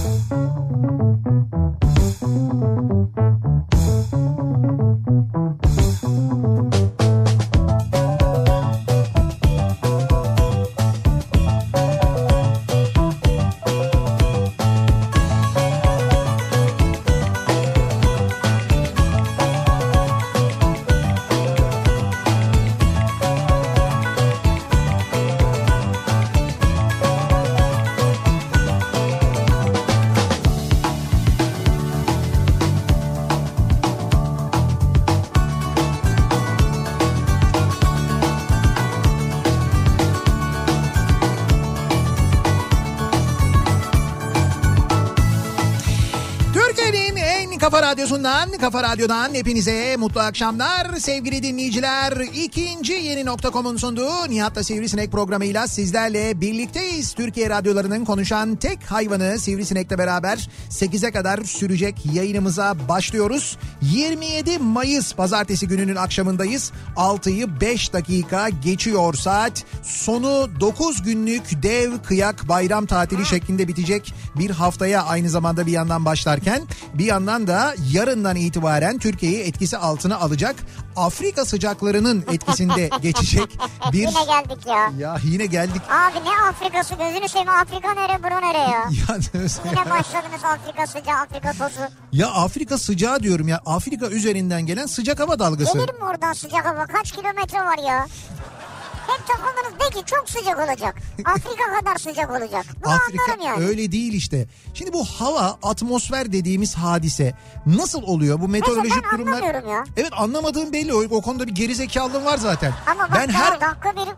Kafa Radyo'dan hepinize mutlu akşamlar sevgili dinleyiciler. İkinci Yeni.com'un sunduğu Nihat'la Sivrisinek programıyla sizlerle birlikteyiz. Türkiye radyolarının konuşan tek hayvanı Sivrisinek'le beraber 8'e kadar sürecek yayınımıza başlıyoruz. 27 Mayıs pazartesi gününün akşamındayız. 6'yı 5 dakika geçiyor saat. Sonu 9 günlük dev kıyak bayram tatili şeklinde bitecek bir haftaya aynı zamanda bir yandan başlarken bir yandan da yarından itibaren Türkiye'yi etkisi altına alacak Afrika sıcaklarının etkisinde geçecek bir... Yine geldik ya. Ya yine geldik. Abi ne Afrika'sı, gözünü seveyim, Afrika nere, bura nere ya? Yine başladınız Afrika sıcağı, Afrika tozu. Ya Afrika sıcağı diyorum ya, Afrika üzerinden gelen sıcak hava dalgası. Gelir mi oradan sıcak hava? Kaç kilometre var ya? Hep takıldınız de ki çok sıcak olacak. Afrika kadar sıcak olacak. Bunu anlarım yani. Öyle değil işte. Şimdi bu hava, atmosfer dediğimiz hadise nasıl oluyor? Bu meteorolojik durumlar... anlamıyorum ya. Evet, anlamadığım belli. O konuda bir gerizekalılığım var zaten. Ama bak ben her dakika bir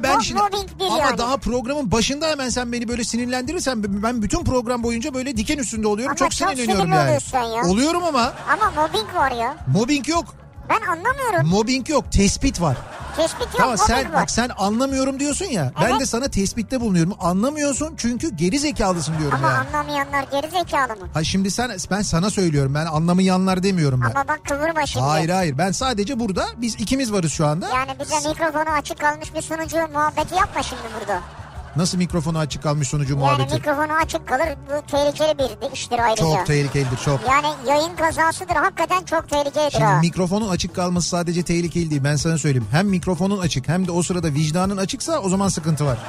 ama daha programın başında hemen sen beni böyle sinirlendirirsen ben bütün program boyunca böyle diken üstünde oluyorum. Çok sinirleniyorum yani. Ya. Oluyorum ama. Ama mobbing var ya. Mobbing yok. Ben anlamıyorum. Mobbing yok, tespit var. Tespit yok, tamam, mobbing var. sen anlamıyorum diyorsun ya. Evet. Ben de sana tespitte bulunuyorum. Anlamıyorsun çünkü geri zekalısın diyorum ama yani. Ama anlamayanlar geri zekalı mı? Ha şimdi ben sana söylüyorum. Ben anlamayanlar demiyorum ben. Ama bak kıvırma şimdi. Hayır. Ben sadece burada biz ikimiz varız şu anda. Yani bize mikrofonu açık kalmış bir sunucu muhabbeti yapma şimdi burada. Nasıl mikrofonu açık kalmış sunucu muhabbeti? Yani mikrofonu açık kalır, bu tehlikeli bir iştir ayrıca. Çok tehlikelidir, çok. Yani yayın kazasıdır, hakikaten çok tehlikelidir. Şimdi mikrofonun açık kalması sadece tehlikeli değil, ben sana söyleyeyim. Hem mikrofonun açık hem de o sırada vicdanın açıksa o zaman sıkıntı var.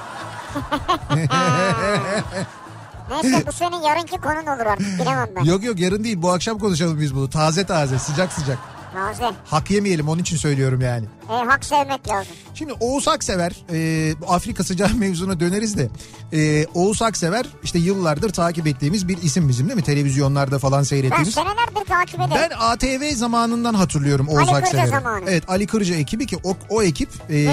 Neyse bu senin yarınki konun olur artık, bilemem ben. Yok yarın değil, bu akşam konuşalım biz bunu. Taze sıcak. Naze. Hak yemeyelim, onun için söylüyorum yani. Hak sevmek lazım. Şimdi Oğuz Aksever, Afrika sıcağı mevzuna döneriz de. Oğuz Aksever işte yıllardır takip ettiğimiz bir isim bizim, değil mi? Televizyonlarda falan seyrettiğimiz. Ben senelerdir takip ederim. Ben ATV zamanından hatırlıyorum Oğuz Aksever'i. Ali Kırca zamanı. Evet, Ali Kırca ekibi ki o ekip...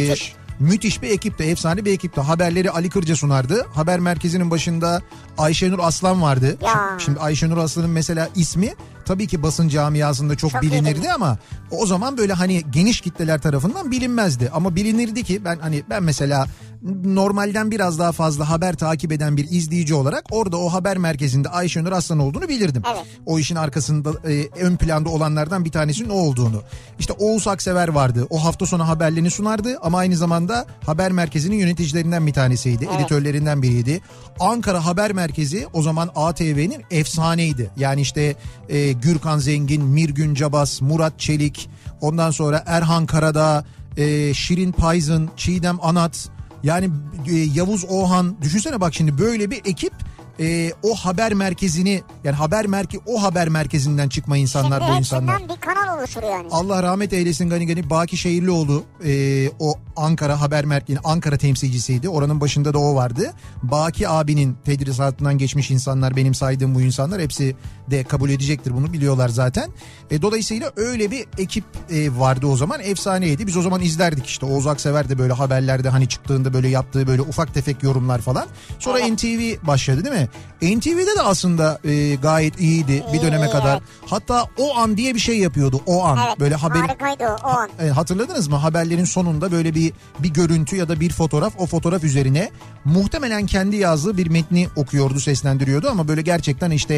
Müthiş bir ekipti, efsane bir ekipti. Haberleri Ali Kırca sunardı. Haber merkezinin başında Ayşenur Aslan vardı. Şimdi Ayşenur Aslan'ın mesela ismi tabii ki basın camiasında çok bilinirdi ama o zaman böyle hani geniş kitleler tarafından bilinmezdi. Ama bilinirdi ki ben mesela normalden biraz daha fazla haber takip eden bir izleyici olarak orada o haber merkezinde Ayşenur Aslan olduğunu bilirdim. Evet. O işin arkasında ön planda olanlardan bir tanesinin o olduğunu. İşte Oğuz Aksever vardı. O hafta sonu haberlerini sunardı ama aynı zamanda haber merkezinin yöneticilerinden bir tanesiydi. Evet. Editörlerinden biriydi. Ankara Haber Merkezi o zaman ATV'nin efsaneydi. Yani işte Gürkan Zengin, Mirgün Cabas, Murat Çelik, ondan sonra Erhan Karadağ, Şirin Payzın, Çiğdem Anat, yani Yavuz Oğhan, düşünsene bak şimdi böyle bir ekip o haber merkezini, yani o haber merkezinden çıkma insanlar şimdi bu insanlar. Bir kanal oluşur yani. Allah rahmet eylesin Gani Baki Şehirlioğlu o Ankara haber merkezi, Ankara temsilcisiydi. Oranın başında da o vardı. Baki abinin tedrisatından geçmiş insanlar, benim saydığım bu insanlar hepsi de kabul edecektir, bunu biliyorlar zaten. Dolayısıyla öyle bir ekip vardı o zaman, efsaneydi. Biz o zaman izlerdik işte. Oğuz Aksever de böyle haberlerde hani çıktığında böyle yaptığı böyle ufak tefek yorumlar falan. Sonra evet. NTV başladı değil mi? NTV'de de aslında gayet iyiydi bir döneme kadar. Hatta O An diye bir şey yapıyordu. O An. Evet, böyle harikaydı o an. Hatırladınız mı? Haberlerin sonunda böyle bir görüntü ya da bir fotoğraf, o fotoğraf üzerine muhtemelen kendi yazdığı bir metni okuyordu, seslendiriyordu ama böyle gerçekten işte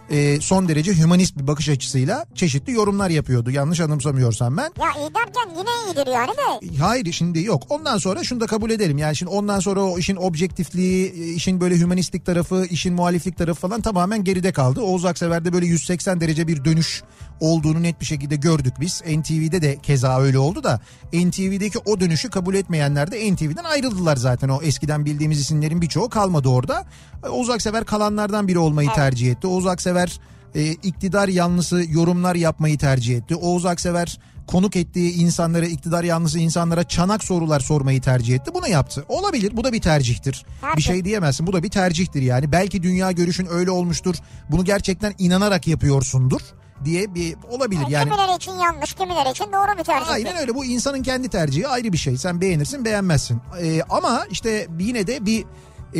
son derece hümanist bir bakış açısıyla çeşitli yorumlar yapıyordu. Yanlış anımsamıyorsam ben. Ya iyi derken yine iyidir yani de. Hayır şimdi yok. Ondan sonra şunu da kabul edelim. Yani şimdi ondan sonra o işin objektifliği, işin böyle hümanistik tarafı, işin muhaliflik tarafı falan tamamen geride kaldı. Oğuz Aksever'de böyle 180 derece bir dönüş olduğunu net bir şekilde gördük biz. NTV'de de keza öyle oldu da NTV'deki o dönüşü kabul etmeyenler de NTV'den ayrıldılar zaten. O eskiden bildiğimiz isimlerin birçoğu kalmadı orada. Oğuz Aksever kalanlardan biri olmayı tercih etti. Oğuz Aksever iktidar yanlısı yorumlar yapmayı tercih etti. Oğuz Aksever konuk ettiği insanlara, iktidar yanlısı insanlara çanak sorular sormayı tercih etti. Bunu yaptı. Olabilir. Bu da bir tercihtir. Bir şey diyemezsin. Bu da bir tercihtir yani. Belki dünya görüşün öyle olmuştur. Bunu gerçekten inanarak yapıyorsundur diye bir olabilir yani. Kimileri için yanlış, kimileri için doğru bir tercih. Aynen öyle. Bu insanın kendi tercihi, ayrı bir şey. Sen beğenirsin, beğenmezsin. Ama işte yine de bir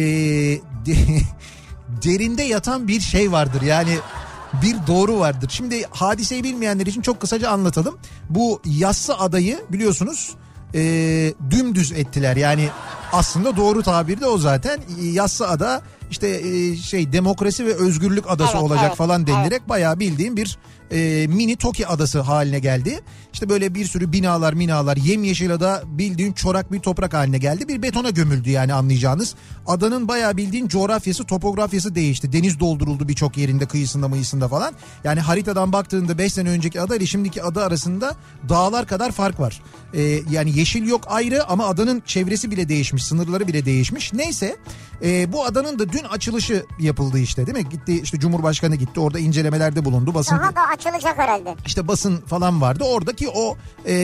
derinde yatan bir şey vardır. Yani bir doğru vardır. Şimdi hadiseyi bilmeyenler için çok kısaca anlatalım. Bu Yassıada'yı biliyorsunuz dümdüz ettiler. Yani aslında doğru tabir de o zaten. Yassıada işte demokrasi ve özgürlük adası olacak falan denilerek bayağı bildiğim bir mini Toki adası haline geldi. İşte böyle bir sürü binalar yemyeşil ada bildiğin çorak bir toprak haline geldi. Bir betona gömüldü yani anlayacağınız. Adanın bayağı bildiğin coğrafyası, topografyası değişti. Deniz dolduruldu birçok yerinde, kıyısında falan. Yani haritadan baktığında 5 sene önceki ada ile şimdiki ada arasında dağlar kadar fark var. Yani yeşil yok ayrı ama adanın çevresi bile değişmiş, sınırları bile değişmiş. Neyse bu adanın da dün açılışı yapıldı işte, değil mi? Gitti işte, Cumhurbaşkanı gitti, orada incelemelerde bulundu. Basın daha da açılacak herhalde. İşte basın falan vardı. Oradaki o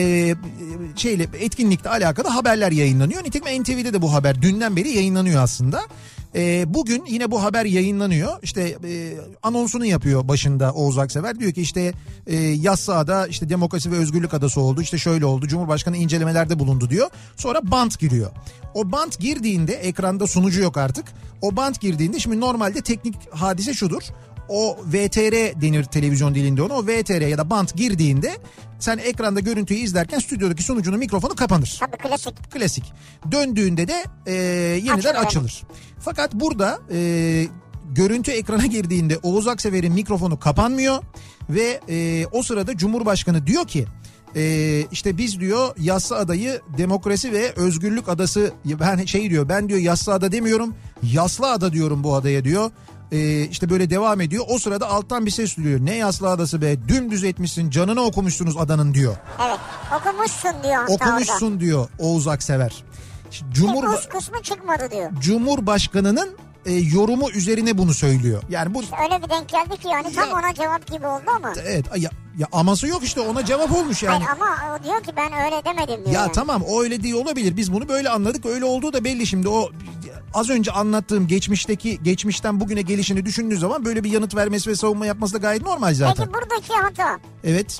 etkinlikle alakalı haberler yayınlanıyor. Nitekim NTV'de de bu haber dünden beri yayınlanıyor aslında. Bugün yine bu haber yayınlanıyor. İşte anonsunu yapıyor başında Oğuz Aksever. Diyor ki işte Yassıada işte demokrasi ve özgürlük adası oldu. İşte şöyle oldu. Cumhurbaşkanı incelemelerde bulundu diyor. Sonra bant giriyor. O bant girdiğinde, ekranda sunucu yok artık. O bant girdiğinde, şimdi normalde teknik hadise şudur. O VTR denir televizyon dilinde ona. O VTR ya da bant girdiğinde sen ekranda görüntüyü izlerken stüdyodaki sunucunun mikrofonu kapanır. Tabii klasik. Klasik. Döndüğünde de yeniden açılır. Fakat burada görüntü ekrana girdiğinde Oğuz Aksever'in mikrofonu kapanmıyor ve o sırada Cumhurbaşkanı diyor ki işte biz diyor Yassıada'yı demokrasi ve özgürlük adası, ben diyor Yassıada demiyorum, Yassıada diyorum bu adaya diyor. İşte böyle devam ediyor. O sırada alttan bir ses duyuyor. Ne Yassıada'sı be, dümdüz etmişsin, canını okumuşsunuz adanın diyor. Evet, okumuşsun diyor. Okumuşsun orada diyor Oğuz Aksever. Uz kısmı çıkmadı diyor. Cumhurbaşkanının yorumu üzerine bunu söylüyor. Yani bu işte öyle bir denk geldi ki yani tam ona cevap gibi oldu ama. Evet ya aması yok işte, ona cevap olmuş yani. Hayır ama o diyor ki ben öyle demedim diyor. Ya yani. Tamam, o öyle değil olabilir. Biz bunu böyle anladık. Öyle olduğu da belli şimdi. O az önce anlattığım geçmişten bugüne gelişini düşündüğü zaman böyle bir yanıt vermesi ve savunma yapması da gayet normal zaten. Peki buradaki hata? Evet.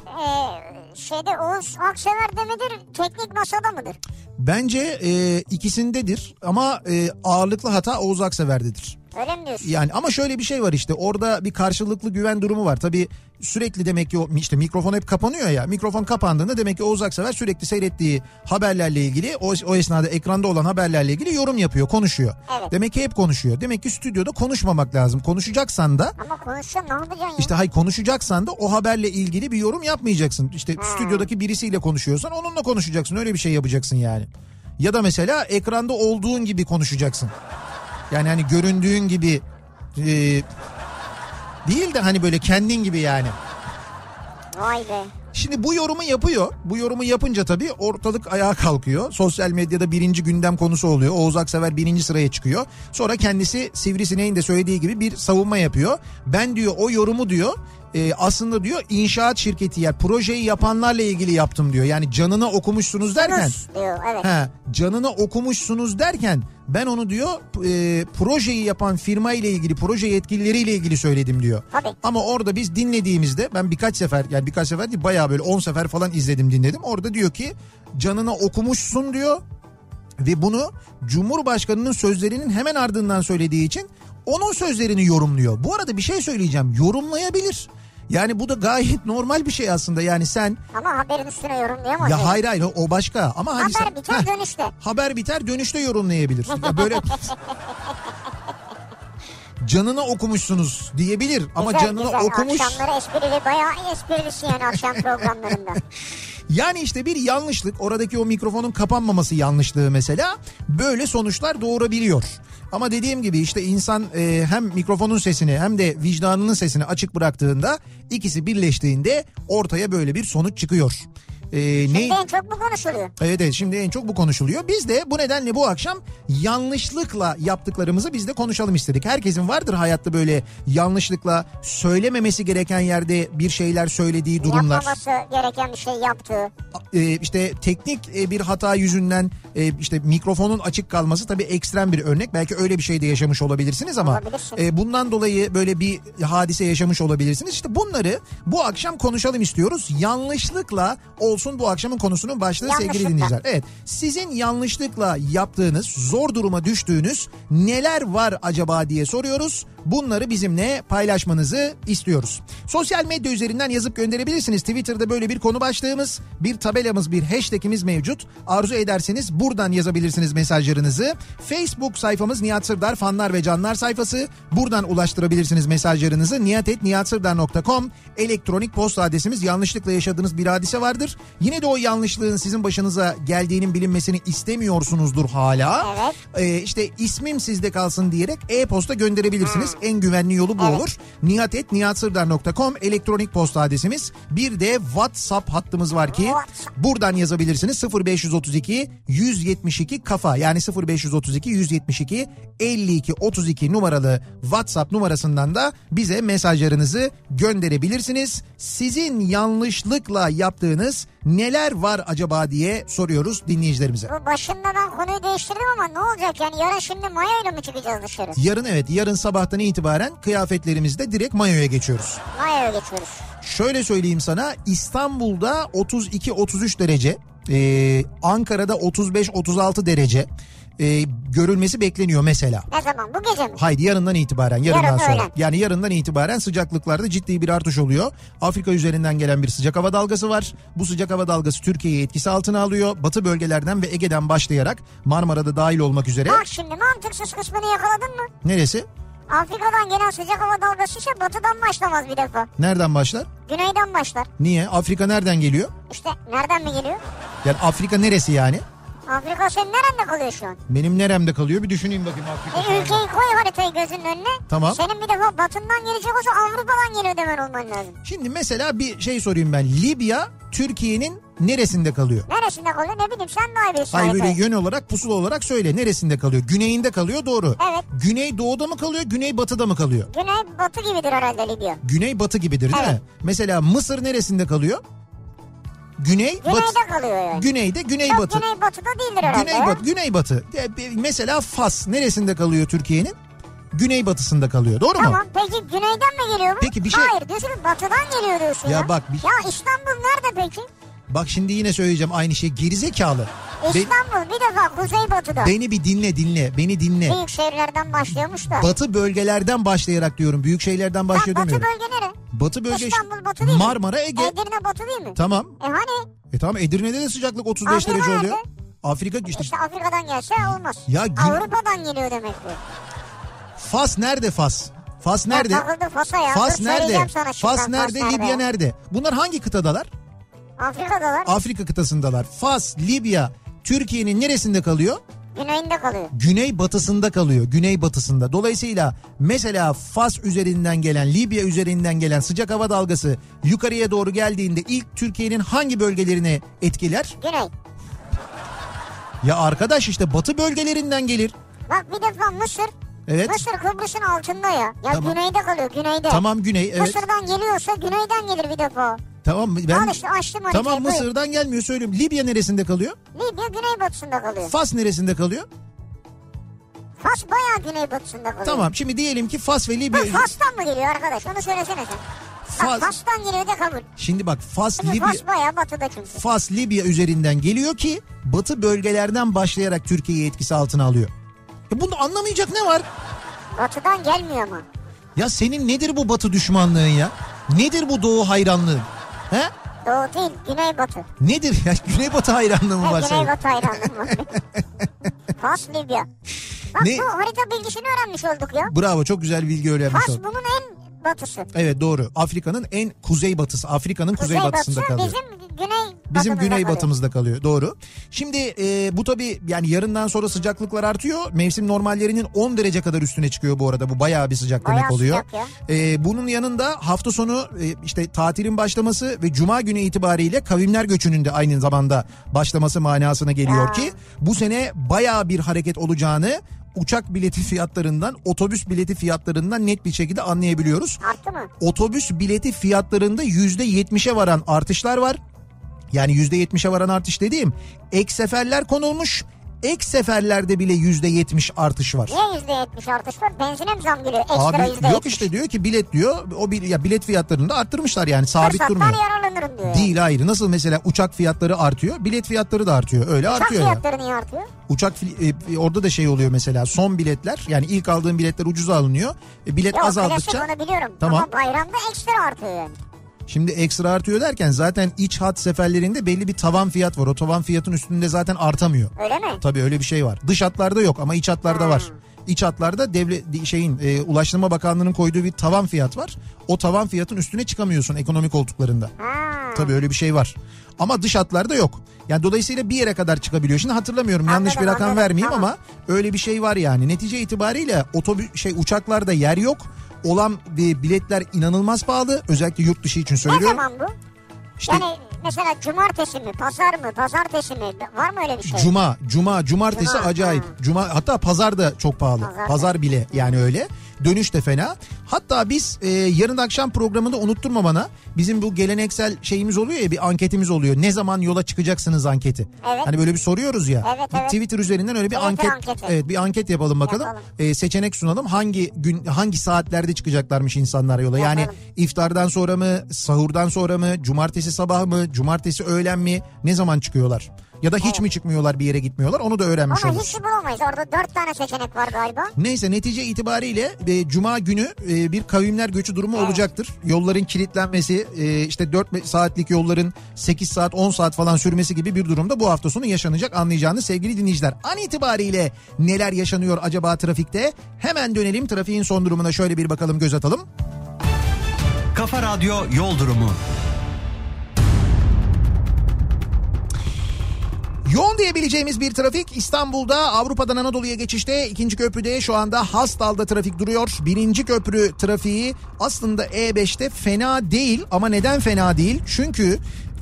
Oğuz Aksever'de midir, teknik masada mıdır? Bence ikisindedir ama ağırlıklı hata Oğuz Aksever'dedir. Öyle mi diyorsun? Yani ama şöyle bir şey var işte, orada bir karşılıklı güven durumu var. Tabii sürekli demek ki işte mikrofon hep kapanıyor ya. Mikrofon kapandığında demek ki Oğuz Aksever sürekli seyrettiği haberlerle ilgili, o esnada ekranda olan haberlerle ilgili yorum yapıyor, konuşuyor. Evet. Demek ki hep konuşuyor. Demek ki stüdyoda konuşmamak lazım. Konuşacaksan da... Ama konuşacaksın, ne yapacaksın ya? İşte konuşacaksan da o haberle ilgili bir yorum yapmayacaksın. İşte stüdyodaki birisiyle konuşuyorsan onunla konuşacaksın. Öyle bir şey yapacaksın yani. Ya da mesela ekranda olduğun gibi konuşacaksın. Yani hani göründüğün gibi değil de hani böyle kendin gibi yani. Vay be. Şimdi bu yorumu yapıyor. Bu yorumu yapınca tabii ortalık ayağa kalkıyor. Sosyal medyada birinci gündem konusu oluyor. Oğuz Aksever birinci sıraya çıkıyor. Sonra kendisi Sivrisineğin de söylediği gibi bir savunma yapıyor. Ben diyor o yorumu diyor aslında diyor inşaat şirketi, yani projeyi yapanlarla ilgili yaptım diyor. Yani canını okumuşsunuz derken. Diyor, evet. Canını okumuşsunuz derken ben onu diyor projeyi yapan firma ile ilgili, proje yetkilileriyle ilgili söyledim diyor. Tabii. Ama orada biz dinlediğimizde, ben birkaç sefer değil, bayağı böyle 10 sefer falan izledim, dinledim. Orada diyor ki canını okumuşsun diyor ve bunu Cumhurbaşkanının sözlerinin hemen ardından söylediği için onun sözlerini yorumluyor. Bu arada bir şey söyleyeceğim, yorumlayabilir. Yani bu da gayet normal bir şey aslında. Yani sen... Ama haberin üstüne yorumlayamaz. Ya hayır o başka. Ama haber biter dönüşte. Haber biter dönüşte yorumlayabilir. Ya böyle... canına okumuşsunuz diyebilir. Ama güzel, canına güzel. okumuş. Akşamları esprili, bayağı esprilisin yani akşam programlarında. Yani işte bir yanlışlık, oradaki o mikrofonun kapanmaması yanlışlığı mesela böyle sonuçlar doğurabiliyor. Ama dediğim gibi işte insan hem mikrofonun sesini hem de vicdanının sesini açık bıraktığında, ikisi birleştiğinde ortaya böyle bir sonuç çıkıyor. Şimdi en çok bu konuşuluyor. Evet, şimdi en çok bu konuşuluyor. Biz de bu nedenle bu akşam yanlışlıkla yaptıklarımızı biz de konuşalım istedik. Herkesin vardır hayatta böyle yanlışlıkla söylememesi gereken yerde bir şeyler söylediği durumlar. Yapmaması gereken bir şey yaptığı. İşte teknik bir hata yüzünden işte mikrofonun açık kalması tabii ekstrem bir örnek. Belki öyle bir şey de yaşamış olabilirsiniz ama bundan dolayı böyle bir hadise yaşamış olabilirsiniz. İşte bunları bu akşam konuşalım istiyoruz. Yanlışlıkla olsun bu akşamın konusunun başlığı sevgili dinleyiciler. Evet, sizin yanlışlıkla yaptığınız, zor duruma düştüğünüz neler var acaba diye soruyoruz. Bunları bizimle paylaşmanızı istiyoruz. Sosyal medya üzerinden yazıp gönderebilirsiniz. Twitter'da böyle bir konu başlığımız, bir tabelamız, bir hashtagimiz mevcut. Arzu ederseniz buradan yazabilirsiniz mesajlarınızı. Facebook sayfamız Nihat Sırdar fanlar ve canlar sayfası. Buradan ulaştırabilirsiniz mesajlarınızı. nihatetnihatsırdar.com elektronik posta adresimiz. Yanlışlıkla yaşadığınız bir hadise vardır. Yine de o yanlışlığın sizin başınıza geldiğinin bilinmesini istemiyorsunuzdur hala. Evet. İşte ismim sizde kalsın diyerek e-posta gönderebilirsiniz. En güvenli yolu bu olur. nihatetnihatsırdar.com elektronik posta adresimiz. Bir de WhatsApp hattımız var ki buradan yazabilirsiniz. 0532 172 kafa, yani 0532 172 52 32 numaralı WhatsApp numarasından da bize mesajlarınızı gönderebilirsiniz. Sizin yanlışlıkla yaptığınız neler var acaba diye soruyoruz dinleyicilerimize. Bu başında ben konuyu değiştirdim ama ne olacak yani, yarın şimdi mayoyla mı çıkacağız dışarı? Yarın sabahtan itibaren kıyafetlerimizde direkt mayoya geçiyoruz. Mayoya geçiyoruz. Şöyle söyleyeyim sana, İstanbul'da 32-33 derece, Ankara'da 35-36 derece görülmesi bekleniyor mesela. Ne zaman, bu gece mi? Haydi yarından itibaren, yarından sonra. Öğlen. Yani yarından itibaren sıcaklıklarda ciddi bir artış oluyor. Afrika üzerinden gelen bir sıcak hava dalgası var. Bu sıcak hava dalgası Türkiye'yi etkisi altına alıyor. Batı bölgelerden ve Ege'den başlayarak Marmara'da dahil olmak üzere. Bak şimdi mantıksız kısmını yakaladın mı? Neresi? Afrika'dan gelen sıcak hava dalgası ise batıdan başlamaz bir defa. Nereden başlar? Güneyden başlar. Niye? Afrika nereden geliyor? İşte nereden mi geliyor? Yani Afrika neresi yani? Afrika senin nerede kalıyor şu an? Benim neremde kalıyor? Bir düşüneyim bakayım Afrika. Ülkeyi koy haritayı gözünün önüne. Tamam. Senin bir defa batından gelecek olsa Avrupa'dan geliyor demen olman lazım. Şimdi mesela bir şey sorayım ben. Libya Türkiye'nin neresinde kalıyor? Neresinde kalıyor ne bileyim, sen daha iyi bilirsin. Hayır, böyle haritayı. yön olarak, pusula olarak söyle. Neresinde kalıyor? Güneyinde kalıyor, doğru. Evet. Güney doğuda mı kalıyor, güney batıda mı kalıyor? Güney batı gibidir herhalde Libya. Güney batı gibidir değil Evet. mi? Mesela Mısır neresinde kalıyor? Güney batı. Güneyde kalıyor yani. Güneyde, güney Çok batı. güney batıda değildir herhalde. Güney batı, güney batı. Mesela Fas neresinde kalıyor Türkiye'nin? Güney batısında kalıyor, doğru mu? Tamam, peki güneyden mi geliyor bu? Peki bir şey... Hayır diyorsun, batıdan geliyor diyorsun ya. Ya bak bir... Ya İstanbul nerede peki? Bak şimdi yine söyleyeceğim aynı şey, gerizekalı. İstanbul bir defa kuzeybatıda. Beni bir dinle, beni dinle. Büyük şehirlerden başlıyormuş da. Batı bölgelerden başlayarak diyorum, büyük şehirlerden başlıyor Batı demiyorum. bölge nere? Batı bölge İstanbul batı değil mi? Marmara, Ege. Edirne batı değil mi? Tamam. Hani? Tamam, Edirne'de de sıcaklık 35 Afrika derece nerede? oluyor. Afrika işte. İşte Afrika'dan gelse olmaz. Ya Avrupa'dan geliyor demek bu. Fas nerede Fas? Fas nerede? Ya takıldı Fas'a ya. Fas Dur nerede? söyleyeceğim sana şimdi. Fas nerede? Libya nerede? Bunlar hangi kıtadalar? Afrika'dalar. Afrika kıtasındalar. Fas, Libya, Türkiye'nin neresinde kalıyor? Güneyinde kalıyor. Güney batısında kalıyor. Güney batısında. Dolayısıyla mesela Fas üzerinden gelen, Libya üzerinden gelen sıcak hava dalgası yukarıya doğru geldiğinde ilk Türkiye'nin hangi bölgelerine etkiler? Güney. Ya arkadaş işte batı bölgelerinden gelir. Bak bir defa Mısır. Evet. Mısır Kıbrıs'ın altında ya. Ya Tamam. güneyde kalıyor, güneyde. Tamam, güney, evet. Mısır'dan geliyorsa güneyden gelir bir defa. Tamam ben... Al işte açtım haritayı. Tamam, Mısır'dan gelmiyor, söylüyorum. Libya neresinde kalıyor? Libya güneybatısında kalıyor. Fas neresinde kalıyor? Fas bayağı güneybatısında kalıyor. Tamam, şimdi diyelim ki Fas ve Libya... Bu Fas'tan mı geliyor arkadaş? Onu söylesene sen. Bak Fas'tan geliyor de kabul. Şimdi bak Fas, Şimdi Libya... Fas bayağı batıda çünkü. Fas, Libya üzerinden geliyor ki batı bölgelerden başlayarak Türkiye'yi etkisi altına alıyor. Bunu anlamayacak ne var? Batıdan gelmiyor ama. Ya senin nedir bu batı düşmanlığın ya? Nedir bu doğu hayranlığın? He? Doğu değil, güneybatı. Nedir ya? Güneybatı hayranlığı mı var senin? Güneybatı hayranlığım var. Fas, Libya. Bak Ne? bu harita bilgisini öğrenmiş olduk ya. Bravo, çok güzel bilgi öğrenmiş Fas olduk. bunun en batısı. Evet doğru. Afrika'nın en kuzeybatısı. Afrika'nın kuzeybatısında kalıyor. Bizim güneybatımızda kalıyor. Doğru. Şimdi bu tabii yani yarından sonra sıcaklıklar artıyor. Mevsim normallerinin 10 derece kadar üstüne çıkıyor bu arada. Bu bayağı bir sıcak demek oluyor. Bunun yanında hafta sonu işte tatilin başlaması ve cuma günü itibariyle kavimler göçünün de aynı zamanda başlaması manasına geliyor ki bu sene bayağı bir hareket olacağını uçak bileti fiyatlarından, otobüs bileti fiyatlarından net bir şekilde anlayabiliyoruz. Arttı mı? Otobüs bileti fiyatlarında %70'e varan artışlar var. Yani %70'e varan artış dediğim ek seferler konulmuş. Ek seferlerde bile %70 artış var. Niye %70 artış var? Benzine mi zam geliyor? Ekstra Abi %70. yok işte diyor ki bilet diyor. Ya bilet fiyatlarını da arttırmışlar yani sabit durmuyor. Fırsattan yararlanırım diyor. Değil hayır. Nasıl mesela uçak fiyatları artıyor, bilet fiyatları da artıyor. Öyle uçak artıyor. Uçak fiyatları niye artıyor? Orada da şey oluyor mesela, son biletler yani ilk aldığın biletler ucuza alınıyor. Bilet azaldıkça. Yok klasik onu biliyorum. Tamam. Ama bayramda ekstra artıyor yani. Şimdi ekstra artıyor derken zaten iç hat seferlerinde belli bir tavan fiyat var. O tavan fiyatın üstünde zaten artamıyor. Öyle mi? Tabii öyle bir şey var. Dış hatlarda yok ama iç hatlarda var. İç hatlarda Ulaştırma Bakanlığı'nın koyduğu bir tavan fiyat var. O tavan fiyatın üstüne çıkamıyorsun ekonomik koltuklarında. Tabii öyle bir şey var. Ama dış hatlarda yok. Yani dolayısıyla bir yere kadar çıkabiliyor. Şimdi hatırlamıyorum, yanlış bir rakam vermeyeyim ama öyle bir şey var yani. Netice itibariyle uçaklarda yer yok. Olan biletler inanılmaz pahalı. Özellikle yurt dışı için söylüyorum. Ne zaman bu? İşte, yani mesela cumartesi mi, pazartesi mi? Var mı öyle bir şey? Cumartesi acayip. Hatta pazar da çok pahalı. Pazar bile yani öyle. Dönüş de fena. Hatta biz yarın akşam programında unutturma bana. Bizim bu geleneksel şeyimiz oluyor ya, bir anketimiz oluyor. Ne zaman yola çıkacaksınız anketi. Evet. Hani böyle bir soruyoruz ya. Evet. Twitter üzerinden öyle bir anket. Evet, bir anket yapalım bakalım. Seçenek sunalım. Hangi saatlerde çıkacaklarmış insanlar yola? Yani iftardan sonra mı, sahurdan sonra mı, cumartesi sabah mı, cumartesi öğlen mi? Ne zaman çıkıyorlar? Ya da hiç mi çıkmıyorlar, bir yere gitmiyorlar, onu da öğrenmiş oluruz. Ama hiç bulamayız, orada 4 tane seçenek var galiba. Neyse, netice itibariyle cuma günü bir kavimler göçü durumu olacaktır. Yolların kilitlenmesi, işte 4 saatlik yolların 8 saat 10 saat falan sürmesi gibi bir durumda bu hafta sonu yaşanacak, anlayacağınız sevgili dinleyiciler. An itibariyle neler yaşanıyor acaba trafikte? Hemen dönelim, trafiğin son durumuna şöyle bir bakalım, göz atalım. Kafa Radyo Yol Durumu. Yoğun diyebileceğimiz bir trafik İstanbul'da Avrupa'dan Anadolu'ya geçişte 2. köprüde şu anda Hastal'da trafik duruyor. 1. köprü trafiği aslında E5'te fena değil ama neden fena değil? Çünkü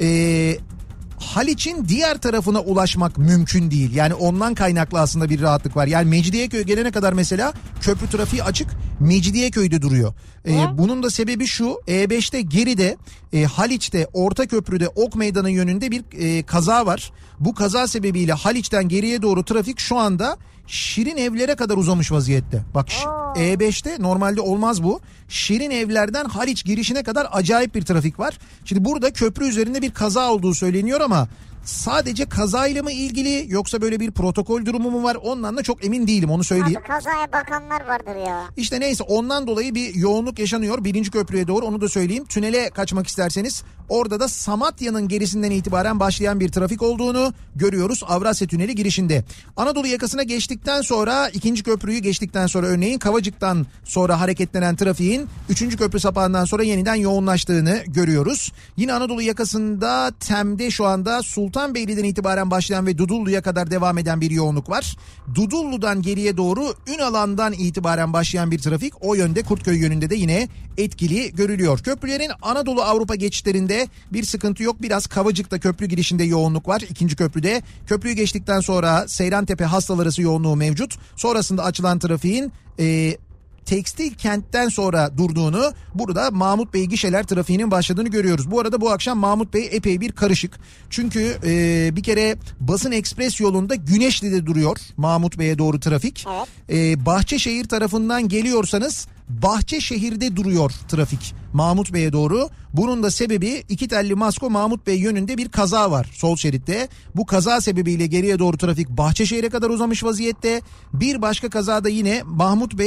Haliç'in diğer tarafına ulaşmak mümkün değil. Yani ondan kaynaklı aslında bir rahatlık var. Yani Mecidiyeköy'e gelene kadar mesela köprü trafiği açık, Mecidiyeköy'de duruyor. Bunun da sebebi şu: E5'te geride, Haliç'te, Ortaköprü'de Ok Meydanı yönünde bir kaza var. Bu kaza sebebiyle Haliç'ten geriye doğru trafik şu anda Şirin Evler'e kadar uzamış vaziyette. Bak E5'te normalde olmaz bu. Şirin Evler'den Haliç girişine kadar acayip bir trafik var. Şimdi burada köprü üzerinde bir kaza olduğu söyleniyor ama sadece kazayla mı ilgili yoksa böyle bir protokol durumu mu var, ondan da çok emin değilim, onu söyleyeyim. Abi kazaya bakanlar vardır ya. İşte neyse, ondan dolayı bir yoğunluk yaşanıyor 1. köprüye doğru, onu da söyleyeyim. Tünele kaçmak isterseniz orada da Samatya'nın gerisinden itibaren başlayan bir trafik olduğunu görüyoruz Avrasya Tüneli girişinde. Anadolu yakasına geçtikten sonra, 2. köprüyü geçtikten sonra örneğin Kavacık'tan sonra hareketlenen trafiğin 3. köprü sapağından sonra yeniden yoğunlaştığını görüyoruz. Yine Anadolu yakasında Tem'de şu anda Sultanbeyli'den itibaren başlayan ve Dudullu'ya kadar devam eden bir yoğunluk var. Dudullu'dan geriye doğru Ünalan'dan itibaren başlayan bir trafik o yönde, Kurtköy yönünde de yine etkili görülüyor. Köprülerin Anadolu Avrupa geçişlerinde bir sıkıntı yok. Biraz Kavacık'ta köprü girişinde yoğunluk var 2. köprüde. Köprüyü geçtikten sonra Seyrantepe Hastal arası yoğunluğu mevcut. Sonrasında açılan trafiğin Tekstil kentten sonra durduğunu, burada Mahmut Bey gişeler trafiğinin başladığını görüyoruz. Bu arada bu akşam Mahmut Bey epey bir karışık. Çünkü bir kere Basın Ekspres yolunda Güneşli'de duruyor Mahmut Bey'e doğru trafik. Evet. Bahçeşehir tarafından geliyorsanız Bahçeşehir'de duruyor trafik Mahmut Bey'e doğru. Bunun da sebebi iki telli Masko Mahmut Bey yönünde bir kaza var sol şeritte. Bu kaza sebebiyle geriye doğru trafik Bahçeşehir'e kadar uzamış vaziyette. Bir başka kazada yine Mahmut Bey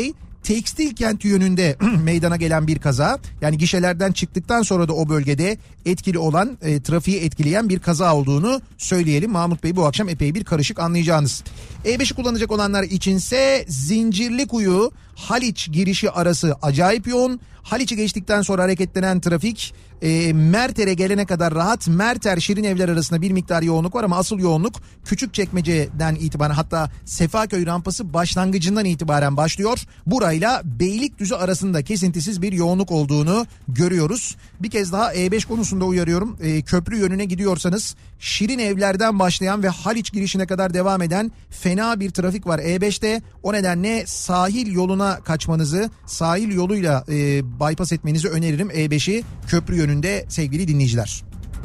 Tekstilkent yönünde meydana gelen bir kaza. Yani gişelerden çıktıktan sonra da o bölgede etkili olan, trafiği etkileyen bir kaza olduğunu söyleyelim. Mahmut Bey, bu akşam epey bir karışık, anlayacağınız. E5'i kullanacak olanlar içinse Zincirlikuyu Haliç girişi arası acayip yoğun. Haliç'i geçtikten sonra hareketlenen trafik Merter'e gelene kadar rahat. Merter Şirinevler arasında bir miktar yoğunluk var ama asıl yoğunluk Küçükçekmece'den itibaren, hatta Sefaköy rampası başlangıcından itibaren başlıyor. Burayla Beylikdüzü arasında kesintisiz bir yoğunluk olduğunu görüyoruz. Bir kez daha E5 konusunda uyarıyorum. Köprü yönüne gidiyorsanız Şirinevler'den başlayan ve Haliç girişine kadar devam eden fena bir trafik var E5'te. O nedenle sahil yoluna kaçmanızı, sahil yoluyla bypass etmenizi öneririm E5'i köprü yönünde sevgili dinleyiciler.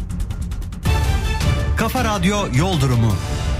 Kafa Radyo Yol Durumu.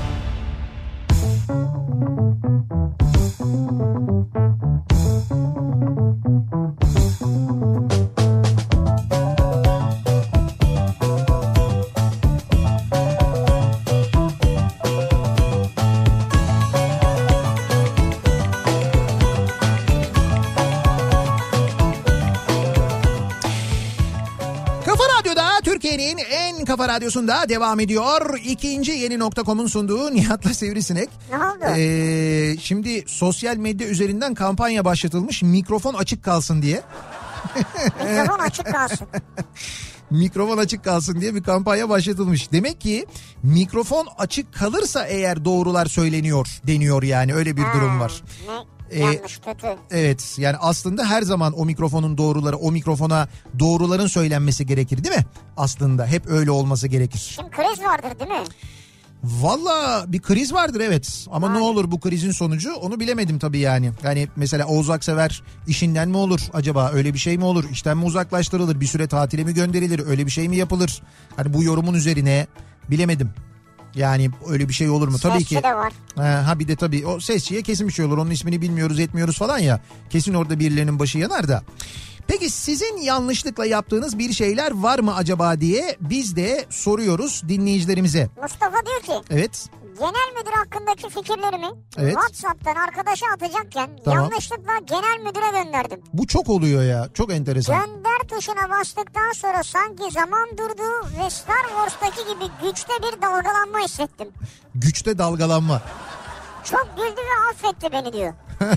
Türkiye'nin en kafa radyosunda devam ediyor. İkinci yeni nokta.com'un sunduğu Nihat'la Sivrisinek. Ne oldu? Şimdi sosyal medya üzerinden kampanya başlatılmış, mikrofon açık kalsın diye. Mikrofon açık kalsın. Mikrofon açık kalsın diye bir kampanya başlatılmış. Demek ki mikrofon açık kalırsa eğer doğrular söyleniyor deniyor, yani öyle bir durum var. Yanlış, kötü. Evet, yani aslında her zaman o mikrofonun doğruları, o mikrofona doğruların söylenmesi gerekir değil mi? Aslında hep öyle olması gerekir. Şimdi kriz vardır değil mi? Valla bir kriz vardır, evet, ama ne olur bu krizin sonucu, onu bilemedim tabii yani. Yani mesela Oğuz Aksever işinden mi olur acaba, öyle bir şey mi olur, işten mi uzaklaştırılır, bir süre tatile mi gönderilir, öyle bir şey mi yapılır? Hani bu yorumun üzerine bilemedim. Yani öyle bir şey olur mu? Tabii Sesçi ki. de var. Ha bir de tabii o sesçiye kesin bir şey olur. Onun ismini bilmiyoruz, etmiyoruz falan ya. Kesin orada birilerinin başı yanar da. Peki sizin yanlışlıkla yaptığınız bir şeyler var mı acaba diye biz de soruyoruz dinleyicilerimize. Mustafa diyor ki. Evet. Genel müdür hakkındaki fikirlerimi WhatsApp'tan arkadaşa atacakken yanlışlıkla genel müdüre gönderdim. Bu çok oluyor ya, çok enteresan. Gönder tuşuna bastıktan sonra sanki zaman durdu ve Star Wars'taki gibi güçte bir dalgalanma hissettim. Güçte dalgalanma. Çok güldü ve affetti beni diyor.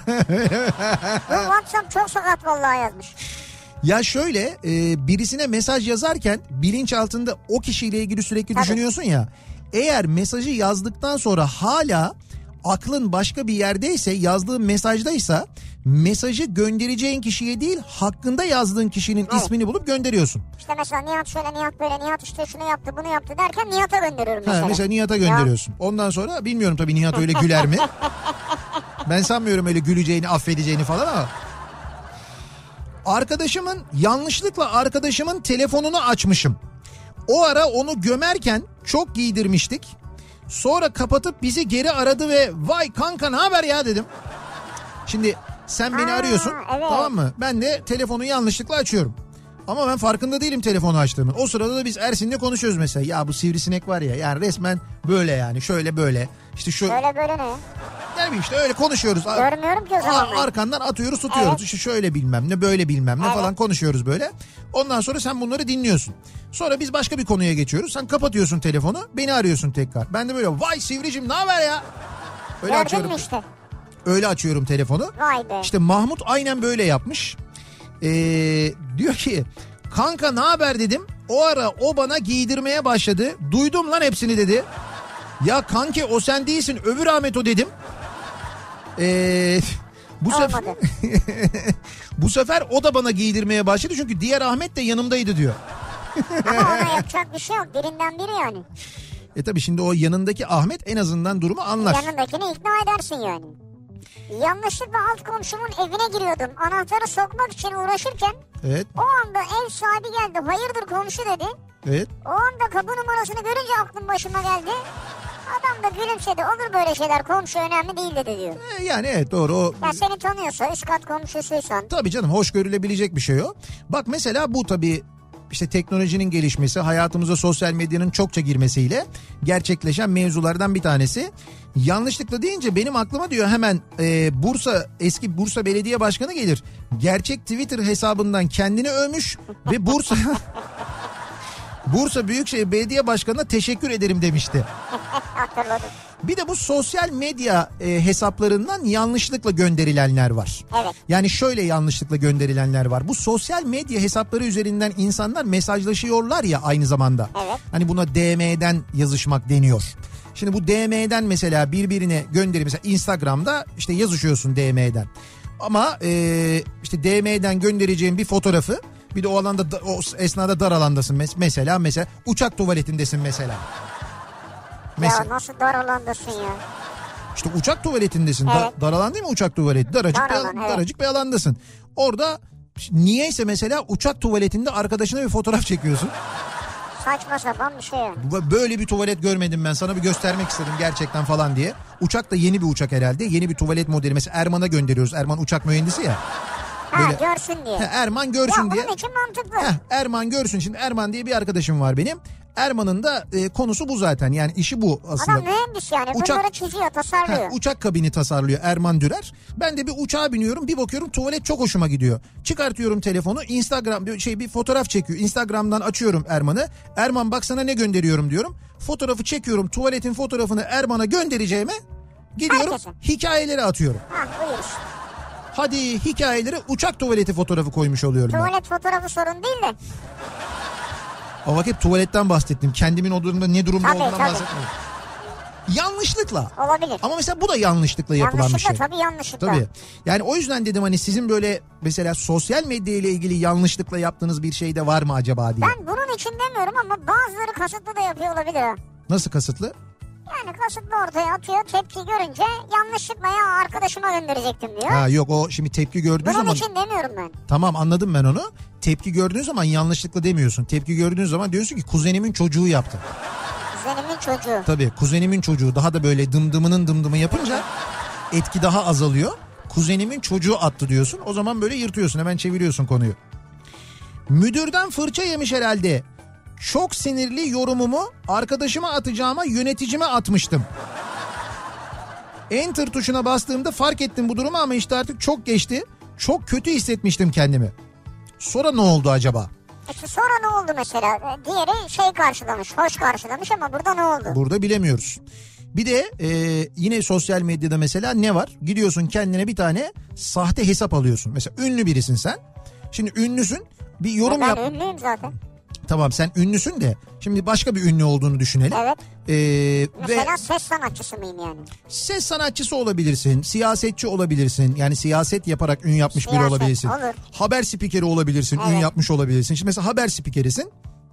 Bu WhatsApp çok sakat vallahi yazmış. Ya şöyle, birisine mesaj yazarken bilinçaltında o kişiyle ilgili sürekli düşünüyorsun ya. Eğer mesajı yazdıktan sonra hala aklın başka bir yerdeyse, yazdığın mesajdaysa, mesajı göndereceğin kişiye değil hakkında yazdığın kişinin ismini bulup gönderiyorsun. İşte mesela Nihat şöyle, Nihat böyle, Nihat işte şunu yaptı bunu yaptı derken Nihat'a gönderiyorum mesela. Mesela Nihat'a gönderiyorsun. Ondan sonra bilmiyorum tabii Nihat öyle güler mi? Ben sanmıyorum öyle güleceğini, affedeceğini falan ama. Yanlışlıkla arkadaşımın telefonunu açmışım. O ara onu gömerken çok giydirmiştik. Sonra kapatıp bizi geri aradı ve vay kanka ne haber ya dedim. Şimdi sen beni arıyorsun, tamam mı? Ben de telefonu yanlışlıkla açıyorum. Ama ben farkında değilim telefonu açtığımı. O sırada da biz Ersin'le konuşuyoruz mesela. Ya bu sivrisinek var ya, yani resmen böyle, yani şöyle böyle. İşte şu. Şöyle böyle ne? Yani işte öyle konuşuyoruz. Görmüyorum ki o zaman. Arkandan atıyoruz tutuyoruz. Evet. İşte şöyle bilmem ne, böyle bilmem ne falan konuşuyoruz böyle. Ondan sonra sen bunları dinliyorsun. Sonra biz başka bir konuya geçiyoruz. Sen kapatıyorsun telefonu, beni arıyorsun tekrar. Ben de böyle vay Sivricim ne haber ya? Öyle gördün açıyorum. işte. Öyle açıyorum telefonu. Vay be. İşte Mahmut aynen böyle yapmış. Diyor ki kanka ne haber dedim. O ara o bana giydirmeye başladı. Duydum lan hepsini dedi. Ya kanki o sen değilsin, öbür Ahmet o dedim. Bu sefer o da bana giydirmeye başladı çünkü diğer Ahmet de yanımdaydı diyor. Ama ona yapacak bir şey yok, birinden biri yani. Tabii şimdi o yanındaki Ahmet en azından durumu anlar. Yanındakini ikna edersin yani. Yanlışlıkla alt komşumun evine giriyordum. Anahtarı sokmak için uğraşırken o anda ev sahibi geldi. Hayırdır komşu dedi. Evet. O anda kapı numarasını görünce aklım başıma geldi. Adam da gülümsedi. Olur böyle şeyler, komşu önemli değil dedi diyor. Yani evet doğru. Ya seni tanıyorsa, üst kat komşusuysan. Tabii canım, hoş görülebilecek bir şey o. Bak mesela bu tabii işte teknolojinin gelişmesi, hayatımıza sosyal medyanın çokça girmesiyle gerçekleşen mevzulardan bir tanesi. Yanlışlıkla deyince benim aklıma diyor hemen eski Bursa Belediye Başkanı gelir. Gerçek Twitter hesabından kendini övmüş ve Bursa Büyükşehir Belediye Başkanı'na teşekkür ederim demişti. Hatırladım. Bir de bu sosyal medya hesaplarından yanlışlıkla gönderilenler var. Evet. Yani şöyle yanlışlıkla gönderilenler var. Bu sosyal medya hesapları üzerinden insanlar mesajlaşıyorlar ya aynı zamanda. Evet. Hani buna DM'den yazışmak deniyor. Şimdi bu DM'den mesela birbirine gönderip mesela Instagram'da işte yazışıyorsun DM'den. Ama işte DM'den göndereceğin bir fotoğrafı bir de o esnada dar alandasın. Mesela uçak tuvaletindesin mesela. Ya nasıl dar alandasın ya? İşte uçak tuvaletindesin. Evet. Dar alan değil mi uçak tuvaleti? Daracık bir alandasın. Orada niyeyse mesela uçak tuvaletinde arkadaşına bir fotoğraf çekiyorsun. Saçma sapan bir şey ya. Böyle bir tuvalet görmedim ben, sana bir göstermek istedim gerçekten falan diye. Uçak da yeni bir uçak herhalde. Yeni bir tuvalet modeli. Mesela Erman'a gönderiyoruz. Erman uçak mühendisi ya. Böyle, görsün diye. Erman görsün diye. Ya onun için mantıklı. Erman görsün. Şimdi Erman diye bir arkadaşım var benim. Erman'ın da konusu bu zaten. Yani işi bu aslında. Adam mühendis yani. Bunları çiziyor, tasarlıyor. Uçak kabini tasarlıyor Erman Dürer. Ben de bir uçağa biniyorum, bir bakıyorum tuvalet çok hoşuma gidiyor. Çıkartıyorum telefonu, Instagram bir fotoğraf çekiyor. Instagram'dan açıyorum Erman'ı. Erman bak sana ne gönderiyorum diyorum. Fotoğrafı çekiyorum, tuvaletin fotoğrafını Erman'a göndereceğime gidiyorum hikayeleri atıyorum. Buyur işte. Hadi hikayeleri uçak tuvaleti fotoğrafı koymuş oluyorum. Tuvalet fotoğrafı sorun değil de. O vakit tuvaletten bahsettim. Kendimin o durumda ne durumda olduğundan bahsetmedim. Yanlışlıkla. Olabilir. Ama mesela bu da yanlışlıkla yapılan bir şey. Tabii yanlışlıkla. Tabii. Yani o yüzden dedim hani sizin böyle mesela sosyal medya ile ilgili yanlışlıkla yaptığınız bir şey de var mı acaba diye. Ben bunun için demiyorum ama bazıları kasıtlı da yapıyor olabilir ha. Nasıl kasıtlı? Yani kasıtlı ortaya atıyor, tepki görünce yanlışlıkla ya arkadaşıma gönderecektim diyor. Ha yok, o şimdi tepki gördüğü zaman. Bunun için demiyorum ben. Tamam, anladım ben onu. Tepki gördüğün zaman yanlışlıkla demiyorsun. Tepki gördüğün zaman diyorsun ki kuzenimin çocuğu yaptı. Kuzenimin çocuğu. Tabii kuzenimin çocuğu daha da böyle dımdımı yapınca etki daha azalıyor. Kuzenimin çocuğu attı diyorsun. O zaman böyle yırtıyorsun, hemen çeviriyorsun konuyu. Müdürden fırça yemiş herhalde. Çok sinirli yorumumu arkadaşıma atacağıma yöneticime atmıştım. Enter tuşuna bastığımda fark ettim bu durumu ama işte artık çok geçti. Çok kötü hissetmiştim kendimi. Sonra ne oldu acaba? İşte sonra ne oldu mesela? Diğeri karşılamış, hoş karşılamış ama burada ne oldu? Burada bilemiyoruz. Bir de yine sosyal medyada mesela ne var? Gidiyorsun kendine bir tane sahte hesap alıyorsun. Mesela ünlü birisin sen. Şimdi ünlüsün, bir yorum yap. Ben ünlüyüm zaten. Tamam, sen ünlüsün de şimdi başka bir ünlü olduğunu düşünelim. Evet. Mesela ses sanatçısı mıyım yani? Ses sanatçısı olabilirsin, siyasetçi olabilirsin. Yani siyaset yaparak ün yapmış biri olabilirsin. Olur. Haber spikeri olabilirsin, ün yapmış olabilirsin. Şimdi mesela haber spikerisin,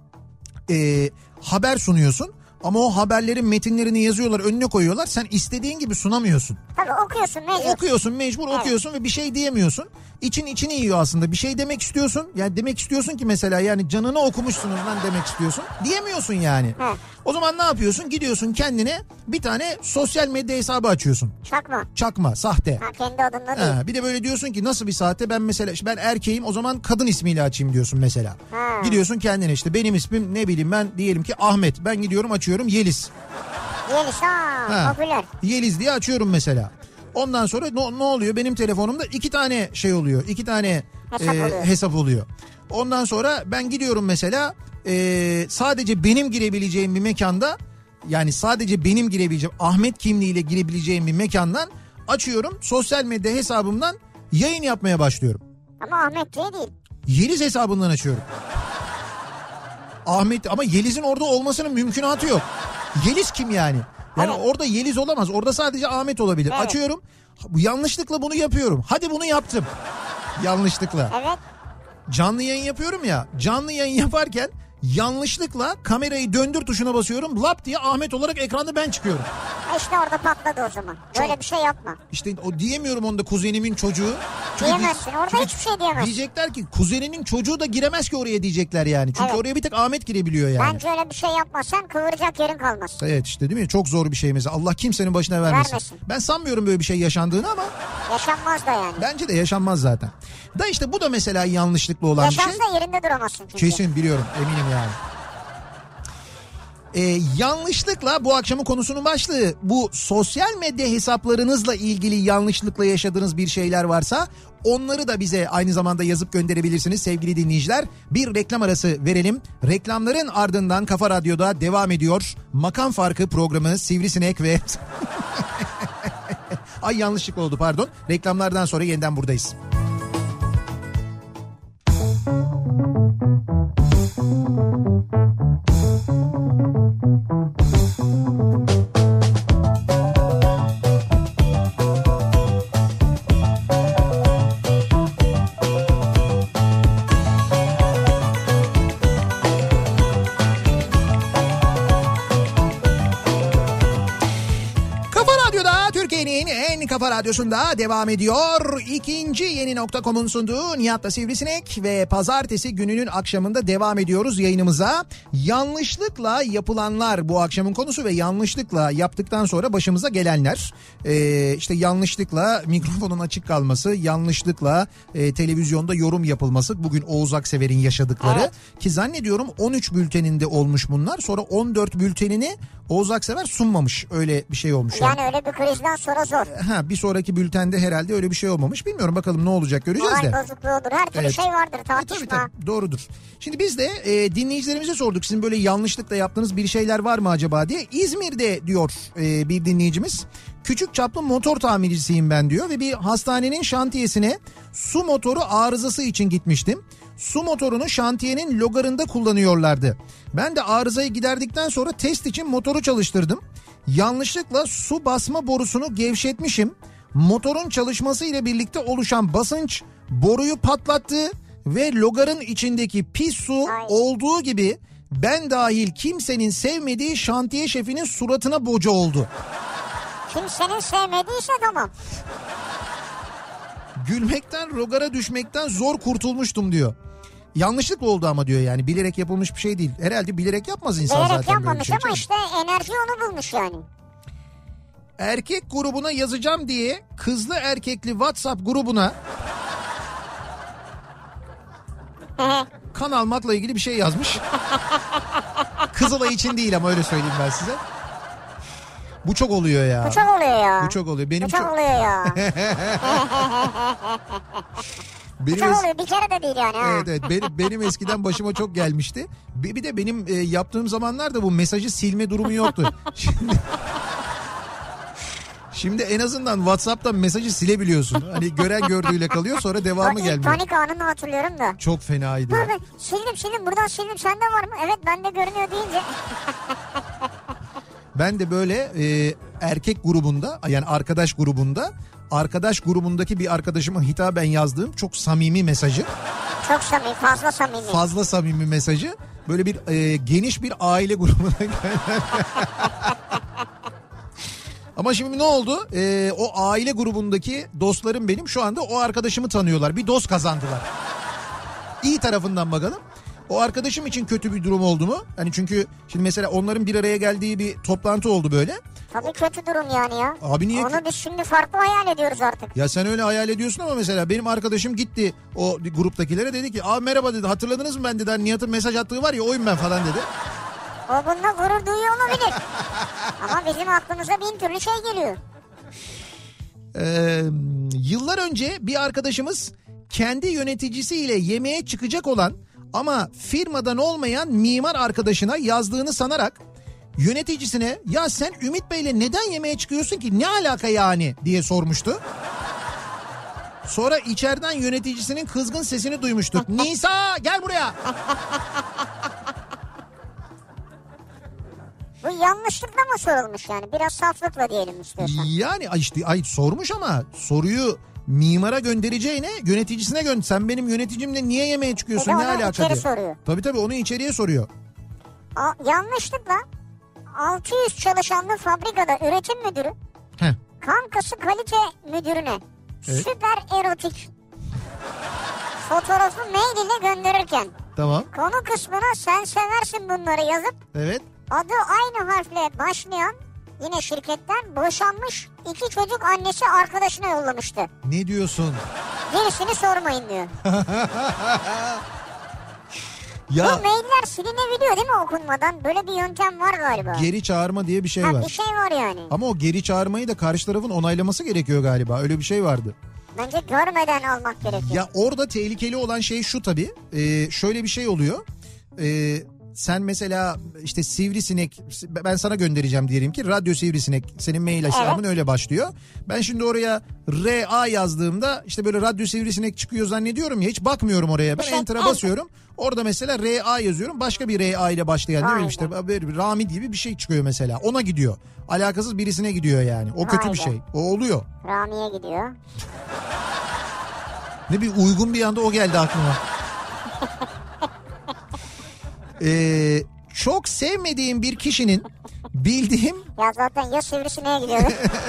haber sunuyorsun. Ama o haberlerin metinlerini yazıyorlar, önüne koyuyorlar. Sen istediğin gibi sunamıyorsun. Tabii okuyorsun mecbur. Okuyorsun ve bir şey diyemiyorsun. İçini yiyor aslında. Bir şey demek istiyorsun. Yani demek istiyorsun ki mesela yani canını okumuşsunuz lan demek istiyorsun. Diyemiyorsun yani. O zaman ne yapıyorsun? Gidiyorsun kendine bir tane sosyal medya hesabı açıyorsun. Çakma, sahte. Kendi adında değil. Bir de böyle diyorsun ki nasıl bir sahte? Ben mesela ben erkeğim, o zaman kadın ismiyle açayım diyorsun mesela. Gidiyorsun kendine işte benim ismim ne bileyim ben diyelim ki Ahmet. Ben gidiyorum açıyorum Yeliz. Popüler. Yeliz diye açıyorum mesela. Ondan sonra ne oluyor? Benim telefonumda 2 tane şey oluyor. 2 tane hesap oluyor. Ondan sonra ben gidiyorum mesela sadece benim girebileceğim bir mekanda, yani sadece benim girebileceğim Ahmet kimliğiyle girebileceğim bir mekandan açıyorum. Sosyal medya hesabımdan yayın yapmaya başlıyorum. Ama Ahmet diye değil. Yeliz hesabından açıyorum. Ahmet, ama Yeliz'in orada olmasının mümkünatı yok. Yeliz kim yani? Yani orada Yeliz olamaz. Orada sadece Ahmet olabilir. Evet. Açıyorum. Yanlışlıkla bunu yapıyorum. Hadi bunu yaptım. Yanlışlıkla. Evet. Canlı yayın yapıyorum ya. Canlı yayın yaparken yanlışlıkla kamerayı döndür tuşuna basıyorum. Lap diye Ahmet olarak ekranda ben çıkıyorum. İşte orada patladı o zaman. Böyle bir şey yapma. İşte o diyemiyorum onda kuzenimin çocuğu. Diyemezsin. Orada hiçbir şey diyemezsin. Diyecekler ki kuzeninin çocuğu da giremez ki oraya diyecekler yani. Çünkü oraya bir tek Ahmet girebiliyor yani. Bence öyle bir şey yapmazsan kıvıracak yerin kalmaz. Evet işte değil mi? Çok zor bir şey mesela. Allah kimsenin başına vermesin. Ben sanmıyorum böyle bir şey yaşandığını ama. Yaşanmaz da yani. Bence de yaşanmaz zaten. Da işte bu da mesela yanlışlıkla olan bir şey. Yaşansa yerinde duramazsın çünkü. Kesin biliyorum, eminim yani. Yanlışlıkla bu akşamın konusunun başlığı, bu sosyal medya hesaplarınızla ilgili yanlışlıkla yaşadığınız bir şeyler varsa onları da bize aynı zamanda yazıp gönderebilirsiniz sevgili dinleyiciler. Bir reklam arası verelim. Reklamların ardından Kafa Radyo'da devam ediyor. Makam Farkı programı Sivrisinek ve... Ay yanlışlık oldu, pardon. Reklamlardan sonra yeniden buradayız. Kafa Radyosu'nda devam ediyor. İkinci yeni nokta.com'un sunduğu Nihat'la Sivrisinek ve pazartesi gününün akşamında devam ediyoruz yayınımıza. Yanlışlıkla yapılanlar bu akşamın konusu ve yanlışlıkla yaptıktan sonra başımıza gelenler. İşte yanlışlıkla mikrofonun açık kalması, yanlışlıkla televizyonda yorum yapılması. Bugün Oğuz Aksever'in yaşadıkları. Evet. Ki zannediyorum 13 bülteninde olmuş bunlar. Sonra 14 bültenini Oğuz Aksever sunmamış. Öyle bir şey olmuş. Yani öyle bir krizden sonra zor. Bir sonraki bültende herhalde öyle bir şey olmamış. Bilmiyorum, bakalım ne olacak, göreceğiz de. Moral bozukluğu olur. Her türlü şey vardır, tartışma. Tabii, doğrudur. Şimdi biz de dinleyicilerimize sorduk. Sizin böyle yanlışlıkla yaptığınız bir şeyler var mı acaba diye. İzmir'de diyor bir dinleyicimiz. Küçük çaplı motor tamircisiyim ben diyor. Ve bir hastanenin şantiyesine su motoru arızası için gitmiştim. Su motorunu şantiyenin logarında kullanıyorlardı. Ben de arızayı giderdikten sonra test için motoru çalıştırdım. Yanlışlıkla su basma borusunu gevşetmişim. Motorun çalışması ile birlikte oluşan basınç boruyu patlattı ve logarın içindeki pis su olduğu gibi ben dahil kimsenin sevmediği şantiye şefinin suratına boca oldu. Kimsenin sevmediyse tamam. Gülmekten, logara düşmekten zor kurtulmuştum diyor. Yanlışlıkla oldu ama diyor, yani bilerek yapılmış bir şey değil. Herhalde bilerek yapmaz insan bilerek zaten. Bilerek yapmamış ama işte enerji onu bulmuş yani. Erkek grubuna yazacağım diye kızlı erkekli WhatsApp grubuna kan almakla ilgili bir şey yazmış. Kızılay için değil ama, öyle söyleyeyim ben size. Bu çok oluyor ya. Bu çok oluyor ya. Bu çok oluyor. Bu çok oluyor ya. Benim çok oluyor, bir kere de değil yani. Evet benim eskiden başıma çok gelmişti. Bir de benim yaptığım zamanlarda bu mesajı silme durumu yoktu. Şimdi en azından WhatsApp'tan mesajı silebiliyorsun. Hani gören gördüğüyle kalıyor, sonra devamı gelmiyor. Panik anını hatırlıyorum da. Çok fenaydı. Sildim buradan sildim, sende var mı? Evet bende görünüyor deyince. Ben de böyle erkek grubunda, yani arkadaş grubundaki bir arkadaşıma hitaben yazdığım çok samimi mesajı. Çok samimi, fazla samimi. Fazla samimi mesajı böyle bir geniş bir aile grubuna gönderdim. Ama şimdi ne oldu? O aile grubundaki dostlarım benim şu anda o arkadaşımı tanıyorlar. Bir dost kazandılar. İyi tarafından bakalım. O arkadaşım için kötü bir durum oldu mu? Hani çünkü şimdi mesela onların bir araya geldiği bir toplantı oldu böyle. Tabii kötü durum yani ya. Abi niye? Onu biz şimdi farklı hayal ediyoruz artık. Ya sen öyle hayal ediyorsun ama mesela benim arkadaşım gitti o gruptakilere, dedi ki abi merhaba dedi, hatırladınız mı ben dedi, Nihat'ın mesaj attığı var ya, oyum ben falan dedi. O bununla gurur duyuyor olabilir. Ama bizim aklımıza bin türlü şey geliyor. Yıllar önce bir arkadaşımız kendi yöneticisiyle yemeğe çıkacak olan ama firmadan olmayan mimar arkadaşına yazdığını sanarak yöneticisine ya sen Ümit Bey'le neden yemeğe çıkıyorsun ki, ne alaka yani diye sormuştu. Sonra içeriden yöneticisinin kızgın sesini duymuştuk. Nisa gel buraya. Bu yanlışlıkla mı sorulmuş yani? Biraz saflıkla diyelim istiyorsan. Yani işte sormuş ama soruyu mimara göndereceğine yöneticisine gönder. Sen benim yöneticimle niye yemeğe çıkıyorsun, ne alaka diyor. Soruyor. Tabii onu içeriye soruyor. Yanlışlıkla 600 çalışanlı fabrikada üretim müdürü kankası kalite müdürüne süper erotik fotoğrafı mail ile gönderirken konu kısmına sen seversin bunları yazıp adı aynı harfle başlayan yine şirketten boşanmış 2 çocuk annesi arkadaşına yollamıştı. Ne diyorsun? Gerisini sormayın diyor. Ya, bu mailler silinebiliyor değil mi okunmadan? Böyle bir yöntem var galiba. Geri çağırma diye bir şey var. Bir şey var yani. Ama o geri çağırmayı da karşı tarafın onaylaması gerekiyor galiba. Öyle bir şey vardı. Bence görmeden almak gerekiyor. Ya orada tehlikeli olan şey şu tabii. Şöyle bir şey oluyor. Sen mesela işte sivrisinek, ben sana göndereceğim diyelim ki radyo sivrisinek, senin mail hesabın öyle başlıyor. Ben şimdi oraya RA yazdığımda işte böyle radyo sivrisinek çıkıyor zannediyorum ya, hiç bakmıyorum oraya. Ben enter'a basıyorum. Orada mesela RA yazıyorum, başka bir RA ile başlayan değil mi işte Rami gibi bir şey çıkıyor mesela. Ona gidiyor. Alakasız birisine gidiyor yani. O kötü bir şey. O oluyor. Rami'ye gidiyor. Ne bir uygun bir anda o geldi aklıma. Çok sevmediğim bir kişinin bildiğim... Ya zaten ya sivrisineğe gidiyor.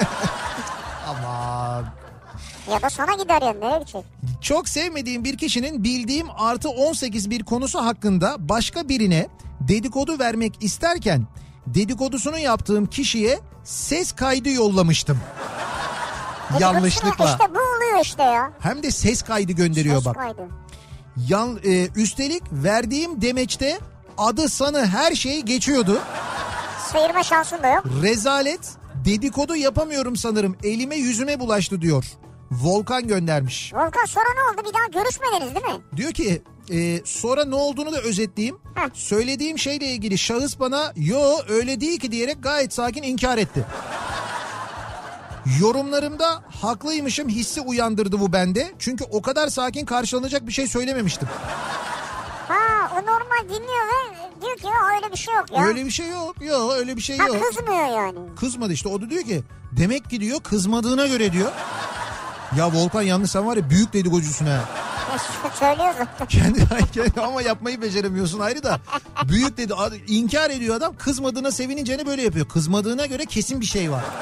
Aman. Ya da sana gider ya, nereye gidecek? Çok sevmediğim bir kişinin bildiğim artı 18 bir konusu hakkında başka birine dedikodu vermek isterken dedikodusunu yaptığım kişiye ses kaydı yollamıştım. Yanlışlıkla. İşte bu oluyor işte ya. Hem de ses kaydı gönderiyor ses bak. Kaydı. Üstelik verdiğim demeçte adı sanı her şey geçiyordu. Sıyırma şansın da yok. Rezalet, dedikodu yapamıyorum sanırım, elime yüzüme bulaştı diyor. Volkan göndermiş. Volkan, sonra ne oldu, bir daha görüşmediniz değil mi? Diyor ki sonra ne olduğunu da özetleyeyim. Söylediğim şeyle ilgili şahıs bana yo öyle değil ki diyerek gayet sakin inkar etti. Yorumlarımda haklıymışım hissi uyandırdı bu bende. Çünkü o kadar sakin karşılanacak bir şey söylememiştim. O normal dinliyor ve diyor ki öyle bir şey yok ya. Öyle bir şey yok. Yok öyle bir şey yok. Kızmıyor yani. Kızmadı işte, o da diyor ki demek ki diyor kızmadığına göre diyor. Ya Volkan, yalnız sen var ya büyük dedikocusun ha. Söylüyorsun. Kendi ama yapmayı beceremiyorsun ayrı da. Büyük dedi, inkar ediyor adam, kızmadığına sevinince böyle yapıyor. Kızmadığına göre kesin bir şey var.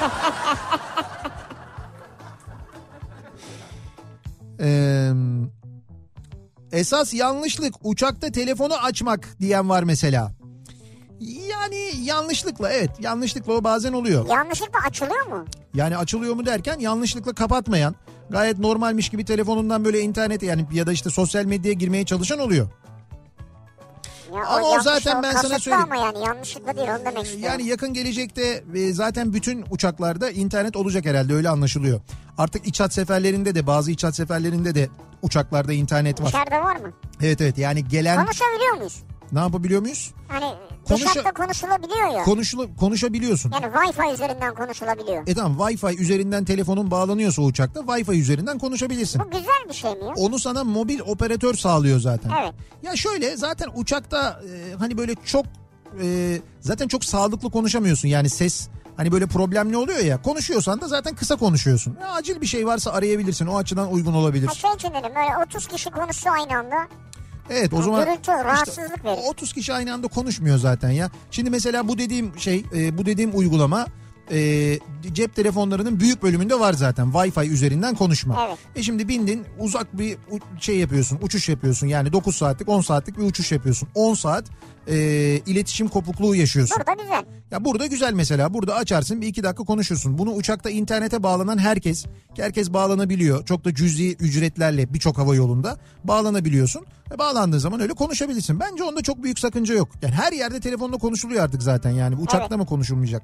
Esas yanlışlık uçakta telefonu açmak diyen var mesela. Yani yanlışlıkla, evet, yanlışlıkla o bazen oluyor. Yanlışlıkla açılıyor mu? Yani açılıyor mu derken yanlışlıkla kapatmayan, gayet normalmiş gibi telefonundan böyle internete yani ya da işte sosyal medyaya girmeye çalışan oluyor. Ya ama o zaten ben sana söyleyeyim. Ama yani yanlışlıkla değil, onu demek istiyorum. Yani yakın gelecekte zaten bütün uçaklarda internet olacak herhalde, öyle anlaşılıyor. Artık iç hat seferlerinde de, bazı iç hat seferlerinde de uçaklarda internet var. İçeride var mı? Evet yani gelen... Konuşabiliyor muyuz? Ne yapabiliyor muyuz? Hani dışarıda konuşulabiliyor ya. Konuşabiliyorsun. Yani Wi-Fi üzerinden konuşulabiliyor. Tamam, Wi-Fi üzerinden telefonun bağlanıyorsa uçakta Wi-Fi üzerinden konuşabilirsin. Bu güzel bir şey mi ya? Onu sana mobil operatör sağlıyor zaten. Evet. Ya şöyle, zaten uçakta hani böyle çok zaten çok sağlıklı konuşamıyorsun. Yani ses hani böyle problemli oluyor ya. Konuşuyorsan da zaten kısa konuşuyorsun. Ya, acil bir şey varsa arayabilirsin. O açıdan uygun olabilir. Şey için dedim, böyle 30 kişi konuşsa aynı anda. Evet, o zaman gürültü, rahatsızlık verir. 30 kişi aynı anda konuşmuyor zaten ya. Şimdi mesela bu dediğim uygulama cep telefonlarının büyük bölümünde var zaten. Wi-Fi üzerinden konuşma. Evet. Şimdi bindin, uzak bir şey yapıyorsun, uçuş yapıyorsun. Yani 9 saatlik 10 saatlik bir uçuş yapıyorsun. 10 saat iletişim kopukluğu yaşıyorsun. Burada güzel. Ya burada güzel mesela. Burada açarsın, bir 2 dakika konuşursun. Bunu uçakta internete bağlanan herkes bağlanabiliyor. Çok da cüzi ücretlerle birçok hava yolunda bağlanabiliyorsun. Bağlandığın zaman öyle konuşabilirsin. Bence onda çok büyük sakınca yok. Yani her yerde telefonla konuşuluyor artık zaten yani. Uçakta mı konuşulmayacak?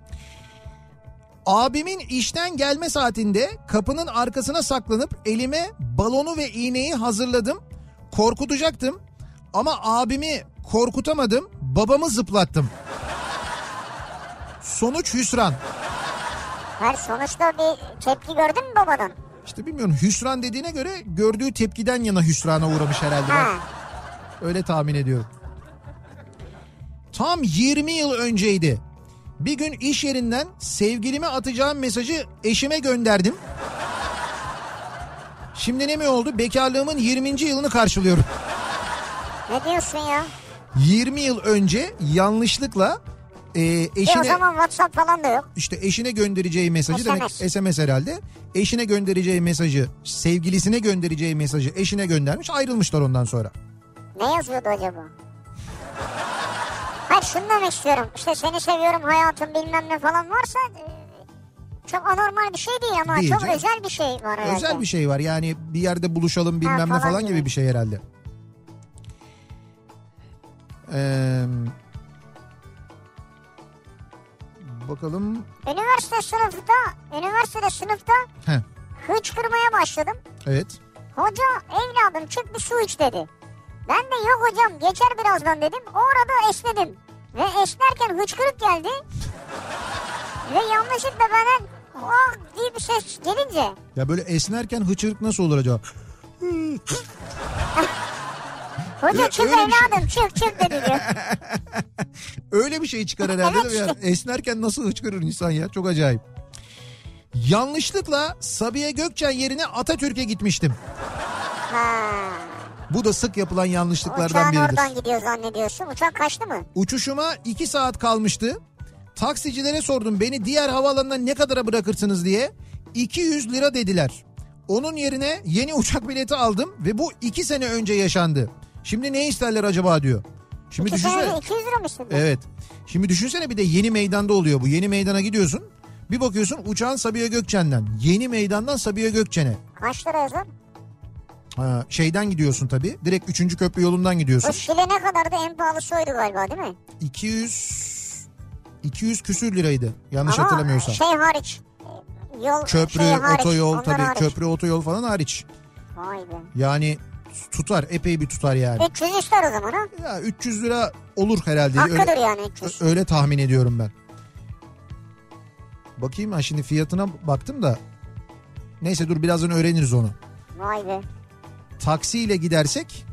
Abimin işten gelme saatinde kapının arkasına saklanıp elime balonu ve iğneyi hazırladım. Korkutacaktım ama abimi korkutamadım. Babamı zıplattım. Sonuç hüsran. Her sonuçta bir tepki gördün mü babadan? İşte bilmiyorum, hüsran dediğine göre gördüğü tepkiden yana hüsrana uğramış herhalde. Ben öyle tahmin ediyorum. Tam 20 yıl önceydi. Bir gün iş yerinden sevgilime atacağım mesajı eşime gönderdim. Şimdi ne mi oldu? Bekarlığımın 20. yılını karşılıyorum. Ne diyorsun ya? 20 yıl önce yanlışlıkla eşine... o zaman WhatsApp falan da yok. İşte eşine göndereceği mesajı, SMS. demek SMS herhalde. Eşine göndereceği mesajı, sevgilisine göndereceği mesajı eşine göndermiş, ayrılmışlar ondan sonra. Ne yazıyordu acaba? Hayır, şunu demek istiyorum. İşte seni seviyorum hayatım bilmem ne falan varsa çok anormal bir şey değil ama değil, çok canım. Özel bir şey var herhalde. Özel bir şey var yani bir yerde buluşalım bilmem ne falan gibi bir şey herhalde. Bakalım. Üniversitede sınıfta hıçkırmaya başladım. Evet. Hoca evladım çık bir su iç dedi. Ben de yok hocam geçer birazdan dedim. O arada esnedim. Ve esnerken hıçkırık geldi. Ve yanlışlıkla benden diye bir ses gelince. Ya böyle esnerken hıçkırık nasıl olur acaba? Hoca çık evladım çık dedi diyor. Öyle bir şey çıkar herhalde evet, değil mi? Yani esnerken nasıl hıçkırır insan ya, çok acayip. Yanlışlıkla Sabiha Gökçen yerine Atatürk'e gitmiştim. Bu da sık yapılan yanlışlıklardan biridir. Uçağın oradan gidiyor zannediyorsun. Uçak kaçtı mı? Uçuşuma 2 saat kalmıştı. Taksicilere sordum beni diğer havaalanına ne kadara bırakırsınız diye. 200 lira dediler. Onun yerine yeni uçak bileti aldım ve bu 2 sene önce yaşandı. Şimdi ne isterler acaba diyor. Şimdi 2 senede 200 lira mı istedin? Evet. Şimdi düşünsene bir de Yeni Meydan'da oluyor bu. Yeni Meydan'a gidiyorsun. Bir bakıyorsun uçağın Sabiha Gökçen'den. Yeni Meydan'dan Sabiha Gökçen'e. Kaç lira yazar? Şeyden gidiyorsun tabii. Direkt 3. köprü yolundan gidiyorsun. Bu Şile ne kadardı? En pahalısı oydu galiba değil mi? 200 küsür liraydı. Yanlış hatırlamıyorsam. Şey hariç. Köprü, hariç, otoyol tabii. Hariç. Köprü, otoyol falan hariç. Vay be. Yani tutar. Epey bir tutar yani. 300 ister o zaman ha? Ya 300 lira olur herhalde. Hakkıdır öyle, yani 300. Öyle tahmin ediyorum ben. Bakayım ben şimdi fiyatına baktım da. Neyse dur birazdan öğreniriz onu. Vay be. Taksiyle gidersek.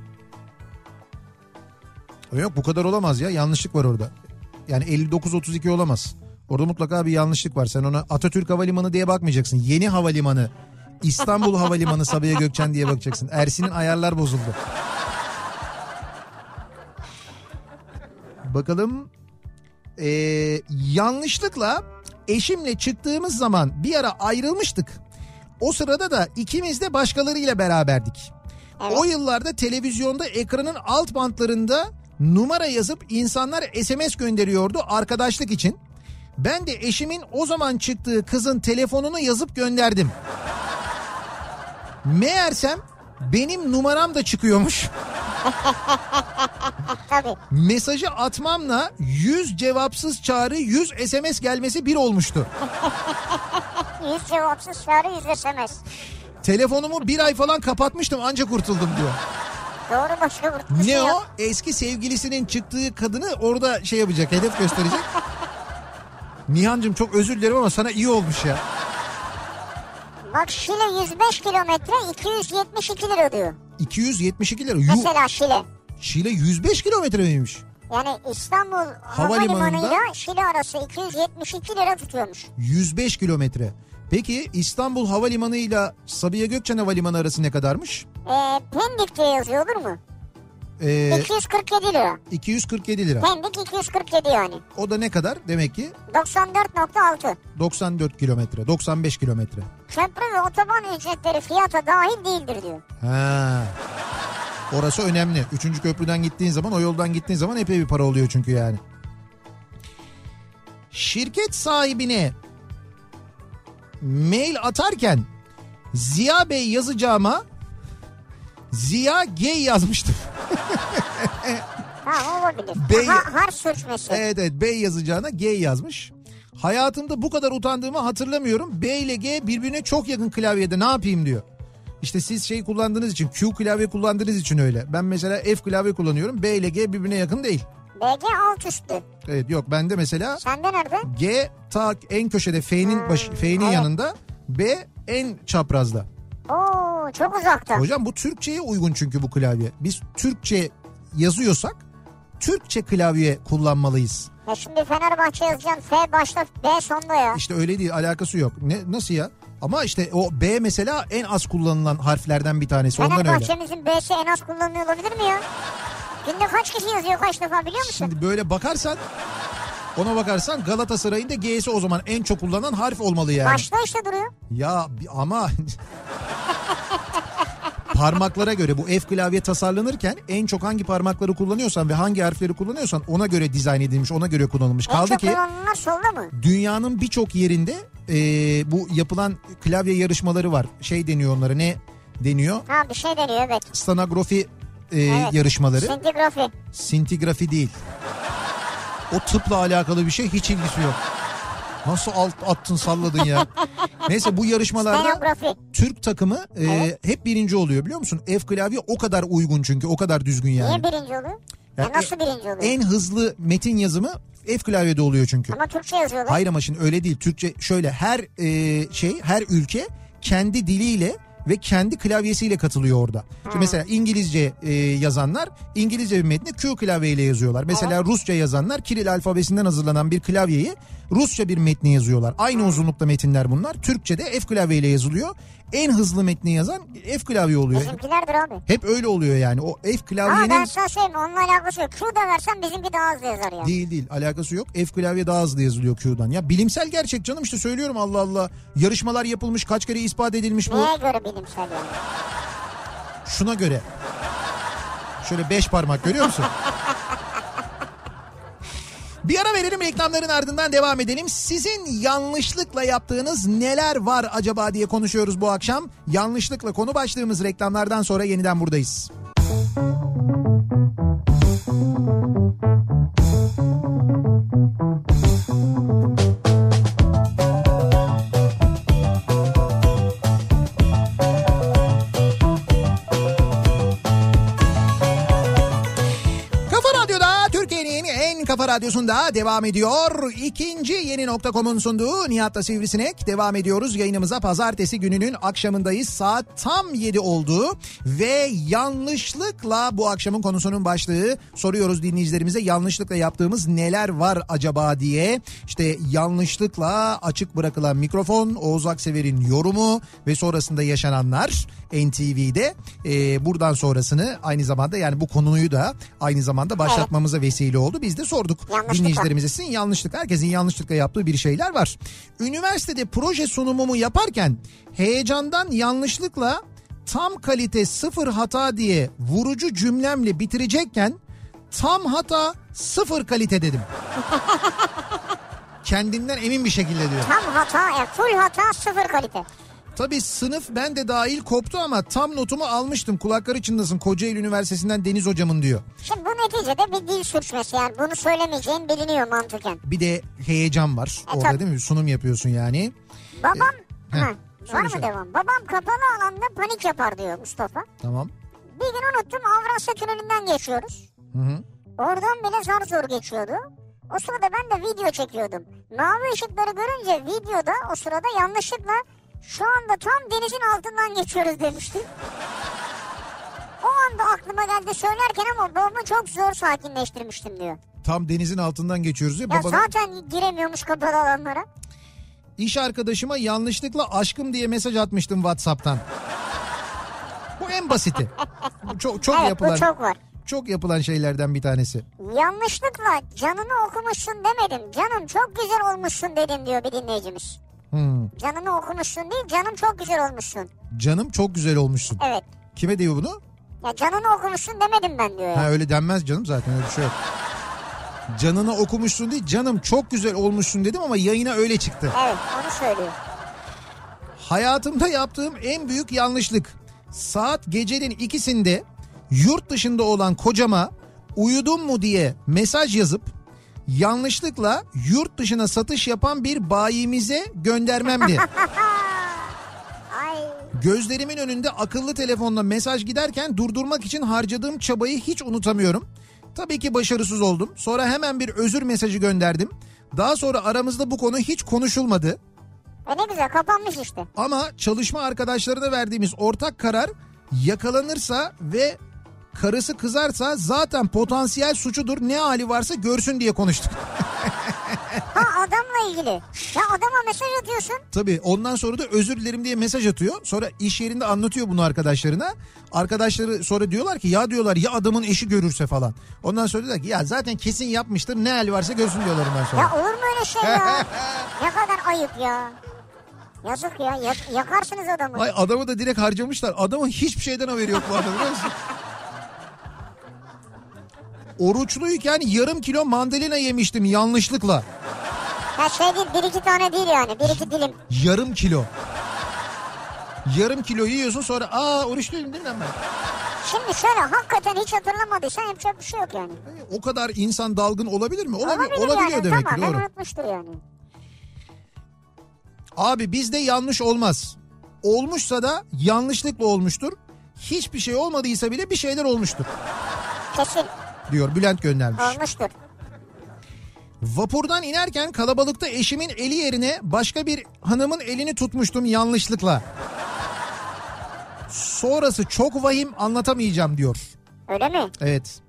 Yok bu kadar olamaz ya, yanlışlık var orada. Yani 59-32 olamaz. Orada mutlaka bir yanlışlık var. Sen ona Atatürk Havalimanı diye bakmayacaksın. Yeni havalimanı, İstanbul Havalimanı Sabiha Gökçen diye bakacaksın. Ersin'in ayarlar bozuldu. Bakalım. Yanlışlıkla eşimle çıktığımız zaman bir ara ayrılmıştık. O sırada da ikimiz de başkalarıyla beraberdik. Evet. O yıllarda televizyonda ekranın alt bantlarında numara yazıp insanlar SMS gönderiyordu arkadaşlık için. Ben de eşimin o zaman çıktığı kızın telefonunu yazıp gönderdim. Meğersem benim numaram da çıkıyormuş. Tabii. Mesajı atmamla 100 cevapsız çağrı 100 SMS gelmesi bir olmuştu. 100 cevapsız çağrı 100 SMS. Telefonumu bir ay falan kapatmıştım ancak kurtuldum diyor. Doğru başka kurtulmuş. Ne ya. o? Eski sevgilisinin çıktığı kadını orada şey yapacak, hedef gösterecek. Nihancığım çok özür dilerim ama sana iyi olmuş ya. Bak Şile 105 kilometre 272 lira diyor. 272 lira. Mesela Şile. Şile 105 kilometre miymiş? Yani İstanbul Havalimanı'yla Şile arası 272 lira tutuyormuş. 105 kilometre. Peki İstanbul Havalimanı ile Sabiha Gökçen Havalimanı arası ne kadarmış? Pendik diye yazıyor olur mu? 247 lira. 247 lira. Pendik 247 yani. O da ne kadar demek ki? 94.6. 94 kilometre, 95 kilometre. Köprü ve otoban ücretleri fiyata dahil değildir diyor. Ha. Orası önemli. 3. köprüden gittiğin zaman, o yoldan gittiğin zaman epey bir para oluyor çünkü yani. Şirket sahibine mail atarken Ziya Bey yazacağıma Ziya G yazmıştım. Ha olabilir. Harf sürçmesi. Evet Bey yazacağına G yazmış. Hayatımda bu kadar utandığımı hatırlamıyorum. B ile G birbirine çok yakın klavyede, ne yapayım diyor. İşte siz şey kullandığınız için, Q klavye kullandığınız için öyle. Ben mesela F klavye kullanıyorum. B ile G birbirine yakın değil. BG alt üstlü. Evet yok bende mesela. Sende nerede? G ta en köşede F'nin evet. Yanında. B en çaprazda. Oo çok uzakta. Hocam bu Türkçe'ye uygun çünkü bu klavye. Biz Türkçe yazıyorsak Türkçe klavye kullanmalıyız. Ya şimdi Fenerbahçe yazacağım F başta B sonda ya. İşte öyle değil, alakası yok. Nasıl ya? Ama işte o B mesela en az kullanılan harflerden bir tanesi. Fenerbahçe'mizin B'si en az kullanılıyor olabilir mi ya? Günde kaç kişi yazıyor kaç defa biliyor musun? Şimdi böyle ona bakarsan Galatasaray'ın da G'si o zaman en çok kullanılan harf olmalı yani. Başta işte duruyor. Ya ama parmaklara göre bu F klavye tasarlanırken en çok hangi parmakları kullanıyorsan ve hangi harfleri kullanıyorsan ona göre dizayn edilmiş, ona göre kullanılmış. Kaldı en çok ki kullanılanlar solda mı? dünyanın birçok yerinde bu yapılan klavye yarışmaları var. Şey deniyor onlara, ne deniyor? Ha bir şey deniyor evet. Stenografi Evet. yarışmaları. Sintigrafi. Sintigrafi değil. O tıpla alakalı bir şey, hiç ilgisi yok. Nasıl attın salladın ya. Neyse bu yarışmalarda Stenografi. Türk takımı hep birinci oluyor biliyor musun? F klavye o kadar uygun çünkü, o kadar düzgün yani. Niye birinci oluyor? Yani nasıl birinci oluyor? En hızlı metin yazımı F klavyede oluyor çünkü. Ama Türkçe yazıyorlar. Hayır ama şimdi öyle değil. Türkçe şöyle, her ülke kendi diliyle ve kendi klavyesiyle katılıyor orada. Şimdi mesela İngilizce yazanlar İngilizce bir metni Q klavyeyle yazıyorlar. Mesela Rusça yazanlar Kiril alfabesinden hazırlanan bir klavyeyi Rusça bir metni yazıyorlar. Aynı uzunlukta metinler bunlar. Türkçe'de F klavyeyle yazılıyor. En hızlı metni yazan F klavye oluyor. Bizimkilerdir abi. Hep öyle oluyor yani. O F klavyenin... Ama ben sana söyleyeyim, onunla alakası yok. Q da versen bizimki daha hızlı yazar ya. Değil alakası yok. F klavye daha hızlı yazılıyor Q'dan. Ya bilimsel gerçek canım, işte söylüyorum, Allah Allah. Yarışmalar yapılmış, kaç kere ispat edilmiş bu. Neye göre bilimsel yani? Şuna göre. Şöyle 5 parmak görüyor musun? Bir ara verelim, reklamların ardından devam edelim. Sizin yanlışlıkla yaptığınız neler var acaba diye konuşuyoruz bu akşam. Yanlışlıkla konu başlığımız, reklamlardan sonra yeniden buradayız. Kafa Radyosu'nda devam ediyor. İkinci yeni nokta.com'un sunduğu Nihat'la Sivrisinek. Devam ediyoruz yayınımıza. Pazartesi gününün akşamındayız. Saat tam 7 oldu. Ve yanlışlıkla, bu akşamın konusunun başlığı, soruyoruz dinleyicilerimize yanlışlıkla yaptığımız neler var acaba diye. İşte yanlışlıkla açık bırakılan mikrofon, Oğuz Aksever'in yorumu ve sonrasında yaşananlar NTV'de. Buradan sonrasını aynı zamanda, yani bu konuyu da aynı zamanda başlatmamıza vesile oldu. Biz de sorduk dinleyicilerimize, sizin yanlışlık, herkesin yanlışlıkla yaptığı bir şeyler var. Üniversitede proje sunumumu yaparken heyecandan yanlışlıkla tam kalite 0 hata diye vurucu cümlemle bitirecekken tam hata 0 kalite dedim. Kendinden emin bir şekilde diyor. Tam hata, full hata 0 kalite. Tabii sınıf ben de dahil koptu ama tam notumu almıştım. Kulakları çınlasın, Kocaeli Üniversitesi'nden Deniz hocamın diyor. Şimdi bu neticede bir dil suçması, yani bunu söylemeyeceğin biliniyor mantıken. Bir de heyecan var orada tabii. Değil mi? Sunum yapıyorsun yani. Babam, var mı söyle. devam? Babam kapalı alanda panik yapar diyor Mustafa. Tamam. Bir gün unuttum, Avrasya Tüneli'nden geçiyoruz. Hı. Oradan bile zar zor geçiyordu. O sırada ben de video çekiyordum. Mavi ışıkları görünce videoda o sırada yanlışlıkla şu anda tam denizin altından geçiyoruz demiştim. O anda aklıma geldi söylerken ama babamı çok zor sakinleştirmiştim diyor. Tam denizin altından geçiyoruz ya. Ya zaten giremiyormuş kapalı alanlara. İş arkadaşıma yanlışlıkla aşkım diye mesaj atmıştım WhatsApp'tan. Bu en basiti. Çok evet, yapılan. bu çok var. Çok yapılan şeylerden bir tanesi. Yanlışlıkla canını okumuşsun demedim. Canım çok güzel olmuşsun dedim diyor bir dinleyicimiz. Canını okumuşsun değil, canım çok güzel olmuşsun. Canım çok güzel olmuşsun. Evet. Kime diyor bunu? Ya canını okumuşsun demedim ben diyor. Ha, öyle denmez canım, zaten öyle bir şey yok. Canını okumuşsun değil, canım çok güzel olmuşsun dedim ama yayına öyle çıktı. Evet, onu söylüyor. Hayatımda yaptığım en büyük yanlışlık. Saat gecenin 2'sinde yurt dışında olan kocama uyudun mu diye mesaj yazıp yanlışlıkla yurt dışına satış yapan bir bayimize göndermemdi. Ay. Gözlerimin önünde akıllı telefonla mesaj giderken durdurmak için harcadığım çabayı hiç unutamıyorum. Tabii ki başarısız oldum. Sonra hemen bir özür mesajı gönderdim. Daha sonra aramızda bu konu hiç konuşulmadı. Ne güzel, kapanmış işte. Ama çalışma arkadaşlarına verdiğimiz ortak karar, yakalanırsa ve karısı kızarsa zaten potansiyel suçudur, ne hali varsa görsün diye konuştuk. Ha, adamla ilgili. Ya adama mesaj atıyorsun. Tabii ondan sonra da özür dilerim diye mesaj atıyor. Sonra iş yerinde anlatıyor bunu arkadaşlarına. Arkadaşları sonra diyorlar ki ya, diyorlar ya adamın eşi görürse falan. Ondan sonra diyorlar ki ya zaten kesin yapmıştır, ne hali varsa görsün diyorlar ondan sonra. Ya olur mu öyle şey ya? Ne kadar ayıp ya. Yazık ya, yakarsınız adamı. Ay adamı da direkt harcamışlar. Adamın hiçbir şeyden haberi yok bu arada, biliyor musun? Oruçluyken yarım kilo mandalina yemiştim yanlışlıkla. Ha şey değil, 1-2 tane değil yani, 1-2 dilim. Yarım kilo. Yarım kilo yiyorsun sonra oruçluyum değil mi ben? Şimdi şöyle, hakikaten hiç hatırlamadıysan yapacak bir şey yok yani. O kadar insan dalgın olabilir mi? Olabiliyor yani, demek ki, tamam, doğru. Unutmuştur yani. Abi bizde yanlış olmaz. Olmuşsa da yanlışlıkla olmuştur. Hiçbir şey olmadıysa bile bir şeyler olmuştur. Kesin. Diyor, Bülent göndermiş. Olmuştur. Vapurdan inerken kalabalıkta eşimin eli yerine başka bir hanımın elini tutmuştum yanlışlıkla. Sonrası çok vahim, anlatamayacağım diyor. Öyle mi? Evet.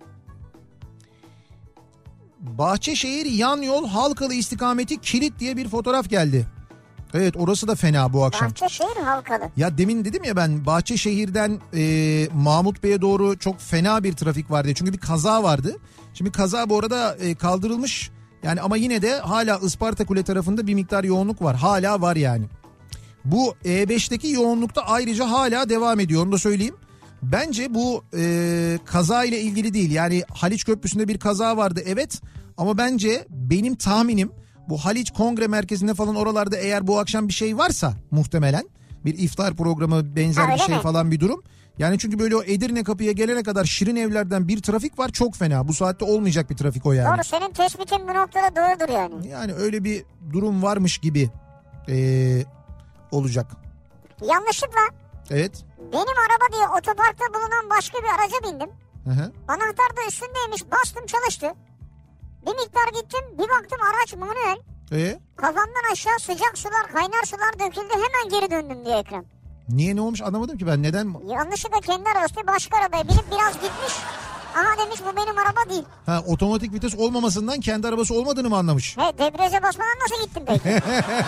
Bahçeşehir yan yol Halkalı istikameti Kilit diye bir fotoğraf geldi. Evet, orası da fena bu akşam. Bahçeşehir Halkalı. Ya demin dedim ya ben, Bahçeşehir'den Mahmut Bey'e doğru çok fena bir trafik vardı. Çünkü bir kaza vardı. Şimdi kaza bu arada kaldırılmış. Yani ama yine de hala Isparta Kule tarafında bir miktar yoğunluk var. Hala var yani. Bu E5'teki yoğunlukta ayrıca hala devam ediyor, onu da söyleyeyim. Bence bu kaza ile ilgili değil. Yani Haliç Köprüsü'nde bir kaza vardı, evet. Ama bence, benim tahminim, bu Haliç Kongre Merkezi'nde falan oralarda eğer bu akşam bir şey varsa muhtemelen bir iftar programı benzer bir şey mi? falan bir durum. Yani çünkü böyle o Edirne kapıya gelene kadar Şirin Evler'den bir trafik var, çok fena. Bu saatte olmayacak bir trafik o yani. Doğru, senin tespitin bu noktada doğrudur yani. Yani öyle bir durum varmış gibi olacak. Yanlışlıkla Evet. benim araba diye otoparkta bulunan başka bir araca bindim. Hı. Anahtar da üstündeymiş, bastım çalıştı. Bir miktar gittim, bir baktım araç manuel. Kafamdan aşağı sıcak sular, kaynar sular döküldü, hemen geri döndüm diye ekran. Niye, ne olmuş anlamadım ki ben, neden? Yanlışlıkla kendi arabası başka arabaya binip biraz gitmiş. Aha demiş, bu benim araba değil. Ha, otomatik vites olmamasından kendi arabası olmadığını mı anlamış? He, debriyaja basmadan nasıl gittim peki?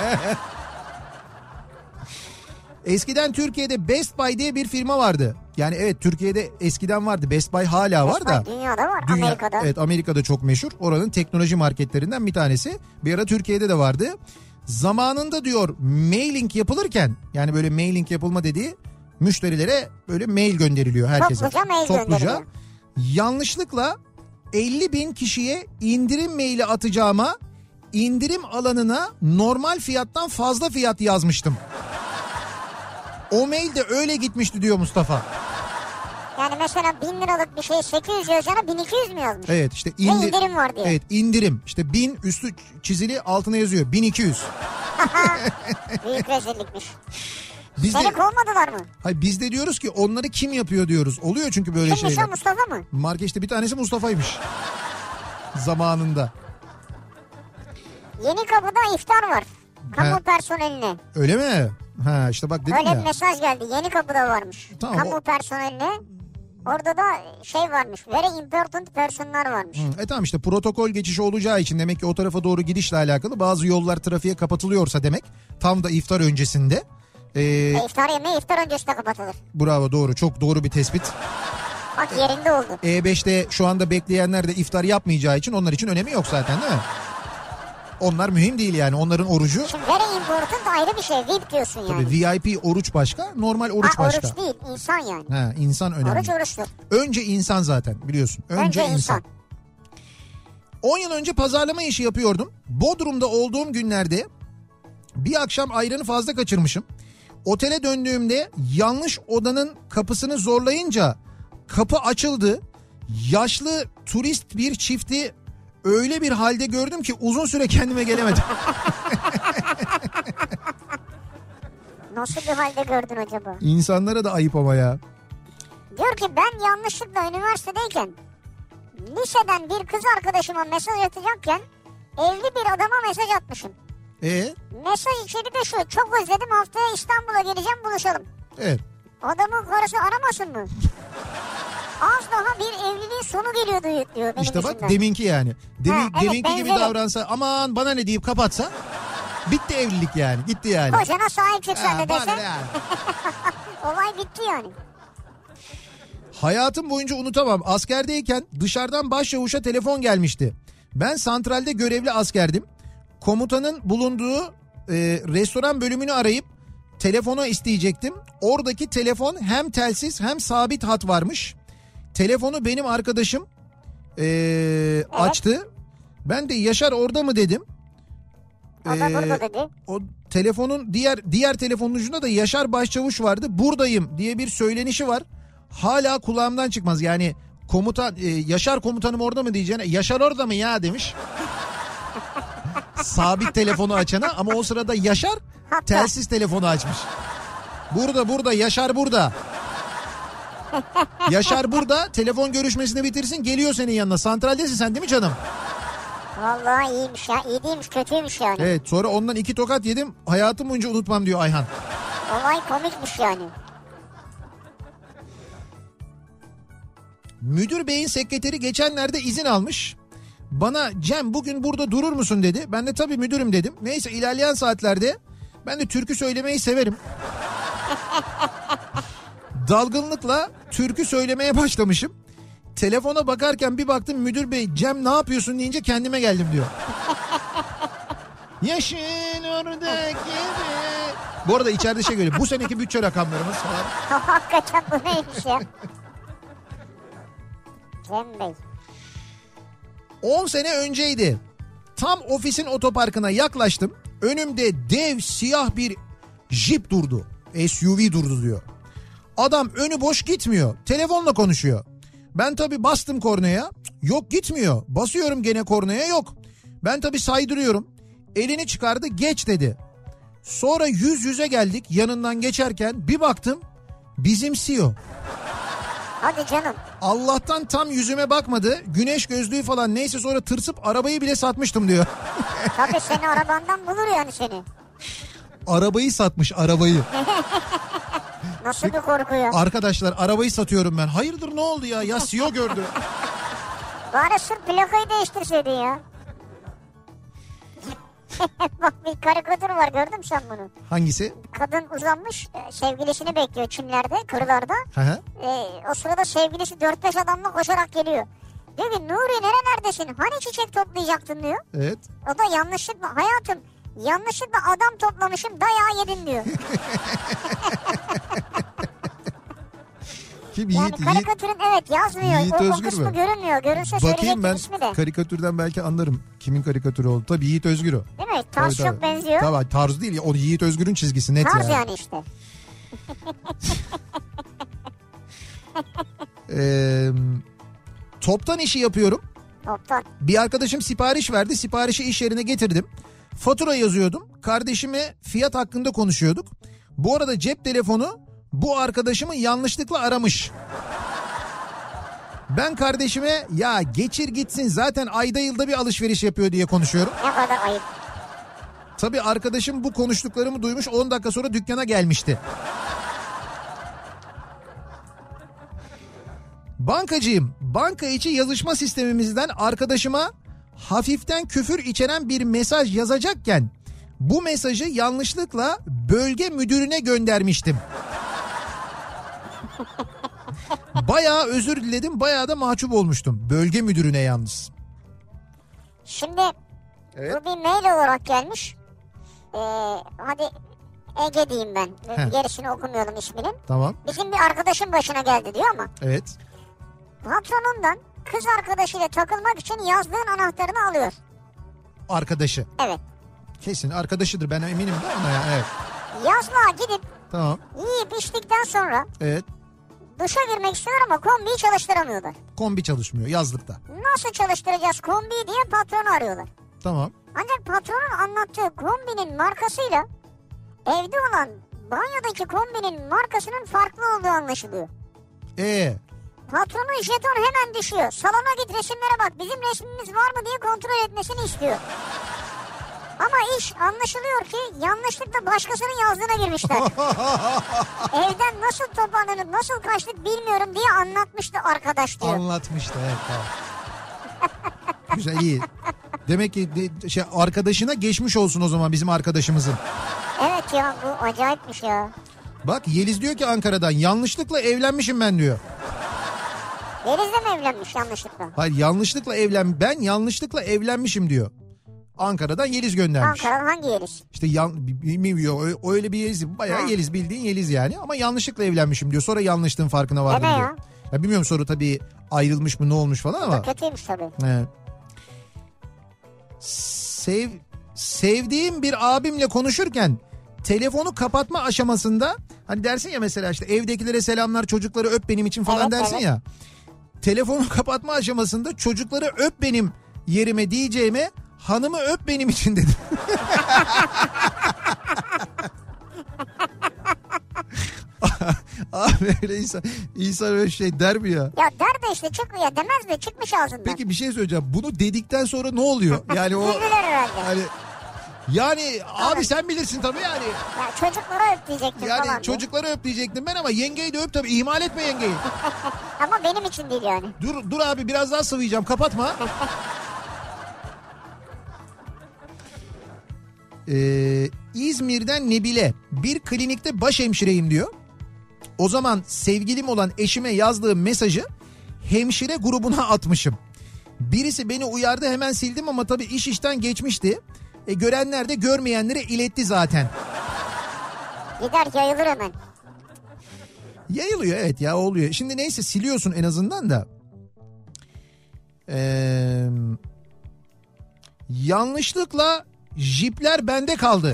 Eskiden Türkiye'de Best Buy diye bir firma vardı. Yani evet, Türkiye'de eskiden vardı. Best Buy hala var da. Dünyada var, Amerika'da. Evet, Amerika'da çok meşhur. Oranın teknoloji marketlerinden bir tanesi. Bir ara Türkiye'de de vardı. Zamanında diyor mailing yapılırken, yani böyle mailing yapılma dediği, müşterilere böyle mail gönderiliyor herkese. Topluca mail gönderiliyor. Yanlışlıkla 50.000 kişiye indirim maili atacağıma indirim alanına normal fiyattan fazla fiyat yazmıştım. O mail de öyle gitmişti diyor Mustafa. Yani mesela 1000 liralık bir şey 800 yazacağına 1200 mü yazmış? Evet işte indirim var diye. Evet, indirim işte 1000 üstü çizili, altına yazıyor 1200. Büyük rezillikmiş. Biz Seni kovmadılar mı? Hayır, biz de diyoruz ki onları kim yapıyor diyoruz. Oluyor çünkü böyle Kimmiş şeyler. o, Mustafa mı? Markeşte bir tanesi Mustafa'ymış. Zamanında. Yeni Kapı'da iftar var. Kamu personeline. Öyle mi? Ha işte bak dedim öyle ya. Öyle bir mesaj geldi. Yeni Kapı'da varmış. Tamam, Kamu personeline. Orada da şey varmış. Very important personlar varmış. Tamam işte, protokol geçişi olacağı için demek ki o tarafa doğru gidişle alakalı bazı yollar trafiğe kapatılıyorsa demek, tam da iftar öncesinde. İftar yemeği iftar öncesi de kapatılır. Bravo, doğru, çok doğru bir tespit. Bak yerinde oldu. E5'te şu anda bekleyenler de iftar yapmayacağı için onlar için önemi yok zaten, değil mi? Onlar mühim değil yani, onların orucu. Şimdi very important ayrı bir şey, VIP diyorsun yani. Tabii VIP oruç başka, normal oruç başka. Oruç değil, insan yani. Ha, insan önemli. Oruç oruçtur. Önce insan zaten, biliyorsun. Önce insan. 10 yıl önce pazarlama işi yapıyordum. Bodrum'da olduğum günlerde bir akşam ayranı fazla kaçırmışım. Otele döndüğümde yanlış odanın kapısını zorlayınca kapı açıldı. Yaşlı turist bir çifti öyle bir halde gördüm ki uzun süre kendime gelemedim. Nasıl bir halde gördün acaba? İnsanlara da ayıp ama ya. Diyor ki ben yanlışlıkla üniversitedeyken liseden bir kız arkadaşıma mesaj atacakken evli bir adama mesaj atmışım. Mesaj içeriği de şu: çok özledim, haftaya İstanbul'a geleceğim, buluşalım. Evet. Adamın karısı aramasın mı? Az daha bir evliliğin sonu geliyordu diyor benim İşte bak içimden. deminki yani. Deminki gibi benzeri. davransa, aman bana ne deyip kapatsa bitti evlilik yani, gitti yani. Kocana sahip çıksan da desen. Yani. Olay bitti yani. Hayatım boyunca unutamam. Askerdeyken dışarıdan başçavuşa telefon gelmişti. Ben santralde görevli askerdim. Komutanın bulunduğu restoran bölümünü arayıp telefonu isteyecektim. Oradaki telefon hem telsiz hem sabit hat varmış. Telefonu benim arkadaşım açtı. Ben de Yaşar orada mı dedim. O da burada dedi. O telefonun diğer telefonun ucunda da Yaşar Başçavuş vardı. Buradayım diye bir söylenişi var. Hala kulağımdan çıkmaz. Yani komutan Yaşar komutanım orada mı diyeceğine Yaşar orada mı ya demiş. Sabit telefonu açana ama o sırada Yaşar telsiz telefonu açmış. Burada Yaşar burada. Yaşar burada, telefon görüşmesini bitirsin, geliyor senin yanına. Santraldesin sen değil mi canım? Vallahi iyiymiş ya. İyi değilmiş, kötüymüş yani. Evet, sonra ondan 2 tokat yedim. Hayatım boyunca unutmam diyor Ayhan. Olay komikmiş yani. Müdür beyin sekreteri geçenlerde izin almış. Bana Cem bugün burada durur musun dedi. Ben de tabii müdürüm dedim. Neyse ilerleyen saatlerde ben de türkü söylemeyi severim. Dalgınlıkla türkü söylemeye başlamışım. Telefona bakarken bir baktım müdür bey Cem ne yapıyorsun deyince kendime geldim diyor. Yaşın oradaki gibi. Bu arada içeride şey görüyor. Bu seneki bütçe rakamlarımız falan. Hakikaten bu neymiş ya? Cem Bey. 10 sene önceydi. Tam ofisin otoparkına yaklaştım. Önümde dev siyah bir jip durdu. SUV durdu diyor. Adam önü boş gitmiyor. Telefonla konuşuyor. Ben tabii bastım kornaya. Yok gitmiyor. Basıyorum gene kornaya yok. Ben tabii saydırıyorum. Elini çıkardı geç dedi. Sonra yüz yüze geldik yanından geçerken bir baktım bizim CEO. Hadi canım. Allah'tan tam yüzüme bakmadı. Güneş gözlüğü falan neyse sonra tırsıp arabayı bile satmıştım diyor. Tabii seni arabandan bulur yani seni. Arabayı satmış arabayı. Nasıl bir korku ya? Arkadaşlar arabayı satıyorum ben. Hayırdır ne oldu ya? Ya CEO gördü. Bari sırf plakayı değiştirseydin ya. Bak bir karikatür var gördün mü sen bunu? Hangisi? Kadın uzanmış sevgilisini bekliyor çimlerde, kırlarda. O sırada sevgilisi 4-5 adamla koşarak geliyor. Diyor ki Nuri nerelerdesin? Hani çiçek toplayacaktın diyor. Evet. O da yanlışlıkla hayatım yanlışlıkla adam toplamışım dayağı yedin diyor. Kim? Yani karikatürün evet yazmıyor. Yiğit o Özgür kısmı mü? görünmüyor. Görünse Bakayım ben ismi de. karikatürden belki anlarım kimin karikatürü oldu. Tabii Yiğit Özgür o. Değil mi? Tarz Tabii, çok benziyor. Tabii tarz değil ya. O Yiğit Özgür'ün çizgisi net Tarz yani işte. Toptan işi yapıyorum. Toptan. Bir arkadaşım sipariş verdi. Siparişi iş yerine getirdim. Fatura yazıyordum. Kardeşime fiyat hakkında konuşuyorduk. Bu arada cep telefonu bu arkadaşımı yanlışlıkla aramış. Ben kardeşime ya geçir gitsin zaten ayda yılda bir alışveriş yapıyor diye konuşuyorum. Ne kadar ayıp. Tabii arkadaşım bu konuştuklarımı duymuş 10 dakika sonra dükkana gelmişti. Bankacıyım. Banka içi yazışma sistemimizden arkadaşıma hafiften küfür içeren bir mesaj yazacakken bu mesajı yanlışlıkla bölge müdürüne göndermiştim. Bayağı özür diledim, bayağı da mahcup olmuştum. Bölge müdürüne yalnız. Şimdi evet. Bu bir mail olarak gelmiş. Hadi Ege diyeyim ben. Gerisini okumuyorum isminin. Tamam. Bizim bir arkadaşın başına geldi diyor ama. Evet. Patronundan kız arkadaşıyla takılmak için yazdığın anahtarını alıyor. Arkadaşı. Evet. Kesin arkadaşıdır ben eminim de ona ya. Evet. Yazlığa gidip tamam. yiyip içtikten sonra evet. Duşa girmek istiyor ama kombiyi çalıştıramıyorlar. Kombi çalışmıyor yazlıkta. Nasıl çalıştıracağız kombiyi diye patronu arıyorlar. Tamam. Ancak patronun anlattığı kombinin markasıyla evde olan banyodaki kombinin markasının farklı olduğu anlaşılıyor. Patronun jeton hemen düşüyor. Salona git resimlere bak bizim resmimiz var mı diye kontrol etmesini istiyor. Ama iş anlaşılıyor ki yanlışlıkla başkasının yazdığına girmişler. Evden nasıl toparlanıp nasıl kaçtık bilmiyorum diye anlatmıştı arkadaş diyor. Anlatmıştı evet. Tamam. Güzel iyi. Demek ki arkadaşına geçmiş olsun o zaman bizim arkadaşımızın. Evet ya bu acayipmiş ya. Bak Yeliz diyor ki Ankara'dan yanlışlıkla evlenmişim ben diyor. Yeliz de mi evlenmiş yanlışlıkla? Hayır yanlışlıkla ben yanlışlıkla evlenmişim diyor. Ankara'dan Yeliz göndermiş. Ankara'dan hangi Yeliz? İşte bilmiyorum öyle bir Yeliz. Bayağı Yeliz, bildiğin Yeliz yani. Ama yanlışlıkla evlenmişim diyor. Sonra yanlışlığın farkına vardım Evet diyor. Ya bilmiyorum sonra tabii ayrılmış mı ne olmuş falan ama. Kötüymüş tabii. Evet. Sevdiğim bir abimle konuşurken telefonu kapatma aşamasında hani dersin ya mesela işte evdekilere selamlar, çocukları öp benim için falan Evet, dersin evet. ya. Telefonu kapatma aşamasında çocukları öp benim yerime diyeceğime hanımı öp benim için dedim. Abi öyle insan öyle şey der mi ya? Ya der de işte çıkmıyor, demez de çıkmış ağzından. Peki bir şey söyleyeceğim. Bunu dedikten sonra ne oluyor? Yani o Güldüler herhalde. hani yani abi sen bilirsin tabii yani. Ya çocuklara öp diyecektim Yani falan. çocukları öp diyecektim ben ama yengeyi de öp tabii. İhmal etme yengeyi. Ama benim için değil yani. Dur abi biraz daha sıvayacağım, kapatma. İzmir'den Nebile, bir klinikte başhemşireyim diyor. O zaman sevgilim olan eşime yazdığım mesajı hemşire grubuna atmışım. Birisi beni uyardı, hemen sildim ama tabii iş işten geçmişti. Görenler de görmeyenlere iletti zaten. Gider yayılır hemen. Yayılıyor evet ya, oluyor. Şimdi neyse siliyorsun en azından da. Yanlışlıkla jipler bende kaldı.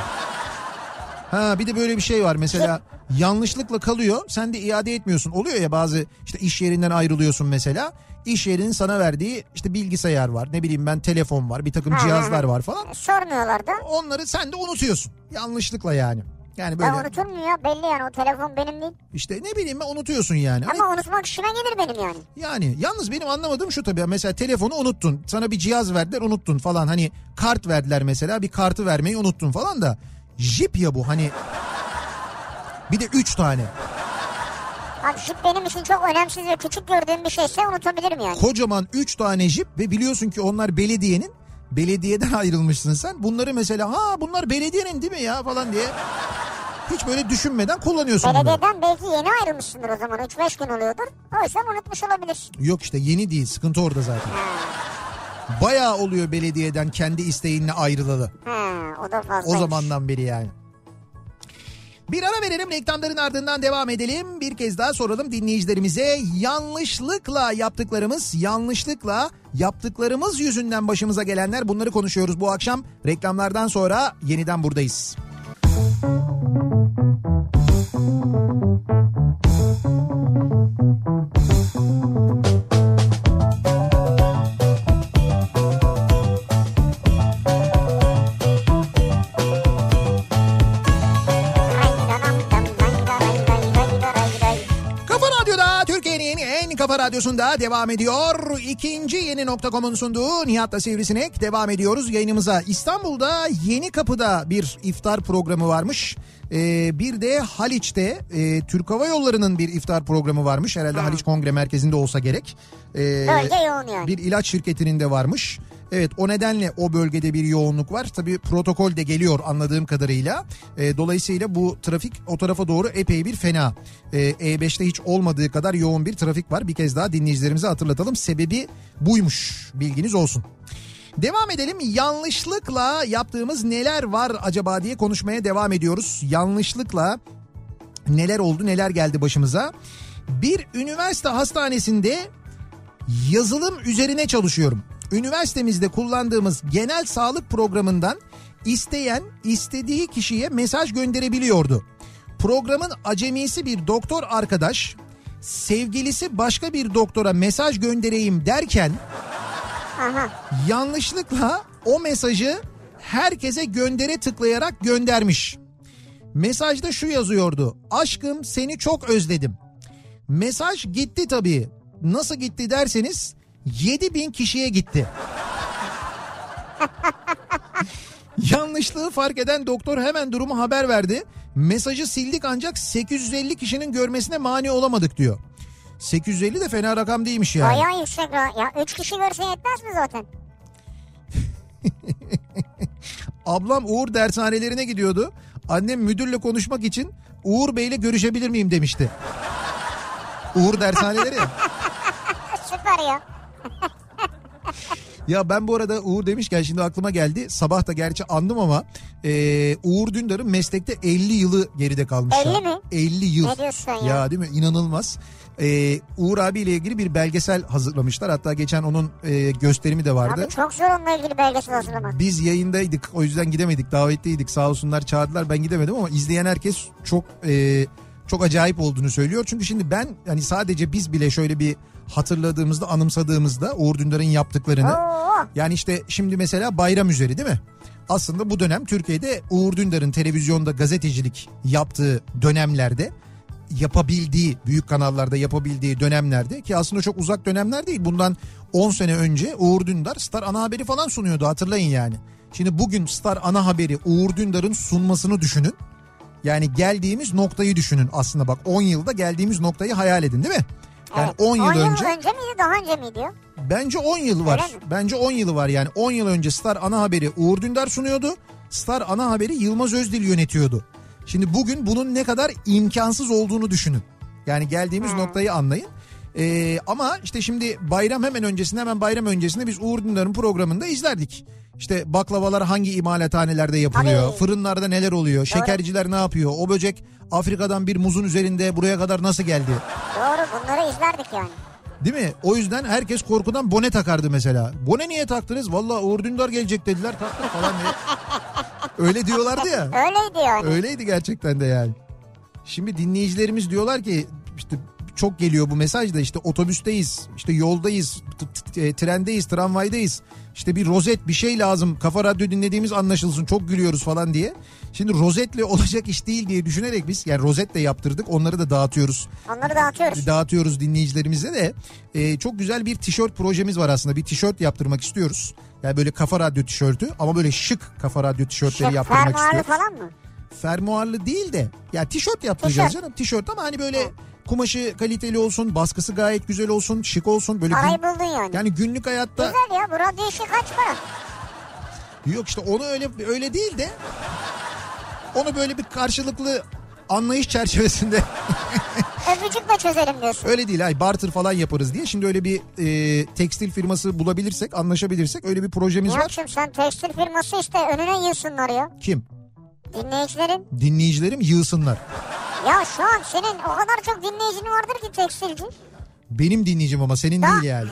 Ha bir de böyle bir şey var mesela, yanlışlıkla kalıyor, sen de iade etmiyorsun. Oluyor ya bazı işte iş yerinden ayrılıyorsun mesela. İş yerinin sana verdiği işte bilgisayar var, ne bileyim ben telefon var, bir takım cihazlar var falan. Sormuyorlar da. Onları sen de unutuyorsun yanlışlıkla yani. Yani böyle. Ya unutur mu ya, belli yani o telefon benim değil. İşte ne bileyim ben, unutuyorsun yani. Ama unutmak işime gelir benim yani. Yani yalnız benim anlamadığım şu tabii, mesela telefonu unuttun, sana bir cihaz verdiler unuttun falan, hani kart verdiler mesela, bir kartı vermeyi unuttun falan da jip ya bu hani, bir de 3 tane. Abi jip benim için çok önemsiz ve küçük gördüğüm bir şeyse unutabilirim yani. Kocaman 3 tane jip ve biliyorsun ki onlar belediyeden ayrılmışsın sen. Bunları mesela bunlar belediyenin değil mi ya falan diye hiç böyle düşünmeden kullanıyorsun bunları. Belediyeden belki yeni ayrılmışsındır o zaman, 3-5 gün oluyordur. O yüzden unutmuş olabilirsin. Yok işte yeni değil, sıkıntı orada zaten. Bayağı oluyor belediyeden kendi isteğinle ayrılalı. O da fazlaymış. O zamandan beri yani. Bir ara verelim, reklamların ardından devam edelim. Bir kez daha soralım dinleyicilerimize, yanlışlıkla yaptıklarımız yüzünden başımıza gelenler, bunları konuşuyoruz bu akşam. Reklamlardan sonra yeniden buradayız. Kafa Radyosu'nda devam ediyor. İkinci Yeni.com'un sunduğu Nihat'la Sivrisinek devam ediyoruz yayınımıza. İstanbul'da Yenikapı'da bir iftar programı varmış. Bir de Haliç'te Türk Hava Yolları'nın bir iftar programı varmış. Herhalde Haliç Kongre Merkezi'nde olsa gerek. Bölge yoğun yani. Bir ilaç şirketinin de varmış. Evet, o nedenle o bölgede bir yoğunluk var. Tabii protokol de geliyor anladığım kadarıyla. Dolayısıyla bu trafik o tarafa doğru epey bir fena. E5'te hiç olmadığı kadar yoğun bir trafik var. Bir kez daha dinleyicilerimize hatırlatalım. Sebebi buymuş, bilginiz olsun. Devam edelim. Yanlışlıkla yaptığımız neler var acaba diye konuşmaya devam ediyoruz. Yanlışlıkla neler oldu, neler geldi başımıza. Bir üniversite hastanesinde yazılım üzerine çalışıyorum. Üniversitemizde kullandığımız genel sağlık programından isteyen istediği kişiye mesaj gönderebiliyordu. Programın acemisi bir doktor arkadaş sevgilisi başka bir doktora mesaj göndereyim derken yanlışlıkla o mesajı herkese göndere tıklayarak göndermiş. Mesajda şu yazıyordu: aşkım seni çok özledim. Mesaj gitti tabii. Nasıl gitti derseniz 7.000 kişiye gitti. Yanlışlığı fark eden doktor hemen durumu haber verdi. Mesajı sildik ancak 850 kişinin görmesine mani olamadık diyor. 850 de fena rakam değilmiş yani. Bayağı yüksek ya. 3 kişi görse yetmez mi zaten? Ablam Uğur dershanelerine gidiyordu. Annem müdürle konuşmak için Uğur Bey'le görüşebilir miyim demişti. Uğur dershaneleri ya. Süper ya. Ya ben bu arada Uğur demişken şimdi aklıma geldi. Sabah da gerçi andım ama Uğur Dündar'ın meslekte 50 yılı geride kalmış. 50 ya. mi? 50 yıl. Ne diyorsun ya? Ya değil mi? İnanılmaz. Uğur abiyle ilgili bir belgesel hazırlamışlar. Hatta geçen onun gösterimi de vardı. Abi çok zor onunla ilgili belgesel hazırlamak. Biz yayındaydık, o yüzden gidemedik, davetliydik, sağ olsunlar çağırdılar, ben gidemedim ama izleyen herkes çok acayip olduğunu söylüyor. Çünkü şimdi ben hani sadece biz bile şöyle bir hatırladığımızda, anımsadığımızda Uğur Dündar'ın yaptıklarını, yani işte şimdi mesela bayram üzeri değil mi? Aslında bu dönem Türkiye'de Uğur Dündar'ın televizyonda gazetecilik yaptığı dönemlerde, yapabildiği, büyük kanallarda yapabildiği dönemlerde, ki aslında çok uzak dönemler değil. Bundan 10 sene önce Uğur Dündar Star Ana Haberi falan sunuyordu, hatırlayın yani. Şimdi bugün Star Ana Haberi Uğur Dündar'ın sunmasını düşünün. Yani geldiğimiz noktayı düşünün aslında, bak 10 yılda geldiğimiz noktayı hayal edin değil mi? Yani evet. 10 yıl önce. önce miydi, daha önce miydi o? Bence 10 yıl var. Bence 10 yılı var yani. 10 yıl önce Star Ana Haberi Uğur Dündar sunuyordu. Star Ana Haberi Yılmaz Özdil yönetiyordu. Şimdi bugün bunun ne kadar imkansız olduğunu düşünün. Yani geldiğimiz noktayı anlayın. Ama işte şimdi bayram hemen bayram öncesinde biz Uğur Dündar'ın programında izlerdik. İşte baklavalar hangi imalathanelerde yapılıyor, Abi. Fırınlarda neler oluyor, şekerciler ne yapıyor, o böcek Afrika'dan bir muzun üzerinde buraya kadar nasıl geldi? Doğru, bunları izlerdik yani. Değil mi? O yüzden herkes korkudan bone takardı mesela. Bone niye taktınız? Vallahi Uğur Dündar gelecek dediler, taktık falan diye. Öyle diyorlardı ya. Öyleydi yani. Öyleydi gerçekten de yani. Şimdi dinleyicilerimiz diyorlar ki işte çok geliyor bu mesaj da, işte otobüsteyiz, işte yoldayız, trendeyiz, tramvaydayız. İşte bir rozet, bir şey lazım, Kafa Radyo dinlediğimiz anlaşılsın, çok gülüyoruz falan diye. Şimdi rozetle olacak iş değil diye düşünerek biz yani rozet de yaptırdık, onları da dağıtıyoruz. Onları dağıtıyoruz. Dağıtıyoruz dinleyicilerimize de. Çok güzel bir tişört projemiz var aslında, bir tişört yaptırmak istiyoruz. Yani böyle Kafa Radyo tişörtü ama böyle şık Kafa Radyo tişörtleri yaptırmak istiyoruz. Fermuarlı falan mı? Fermuarlı değil de ya tişört yaptıracağız canım, tişört ama hani böyle kumaşı kaliteli olsun, baskısı gayet güzel olsun, şık olsun. Böyle parayı buldun yani. Yani günlük hayatta. Güzel ya, bu radyo işi kaç para? Yok işte onu öyle değil de onu böyle bir karşılıklı anlayış çerçevesinde. Öpücükle çözelim diyorsun. Öyle değil, hayır, barter falan yaparız diye. Şimdi öyle bir tekstil firması bulabilirsek, anlaşabilirsek, öyle bir projemiz var. Nihat'cığım sen tekstil firması işte, önüne yığsınlar ya. Kim? Dinleyicilerin. Dinleyicilerim yığsınlar. Ya şu an senin o kadar çok dinleyicin vardır ki tekstilci. Benim dinleyicim ama senin değil yani.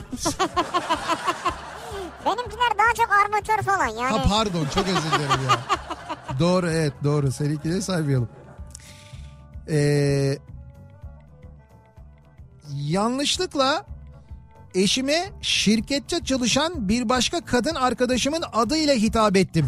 Benimkiler daha çok armatör falan yani. Ha pardon, çok özür dilerim ya. Doğru, evet doğru, seninkileri saymayalım. Yanlışlıkla eşime şirkette çalışan bir başka kadın arkadaşımın adıyla hitap ettim.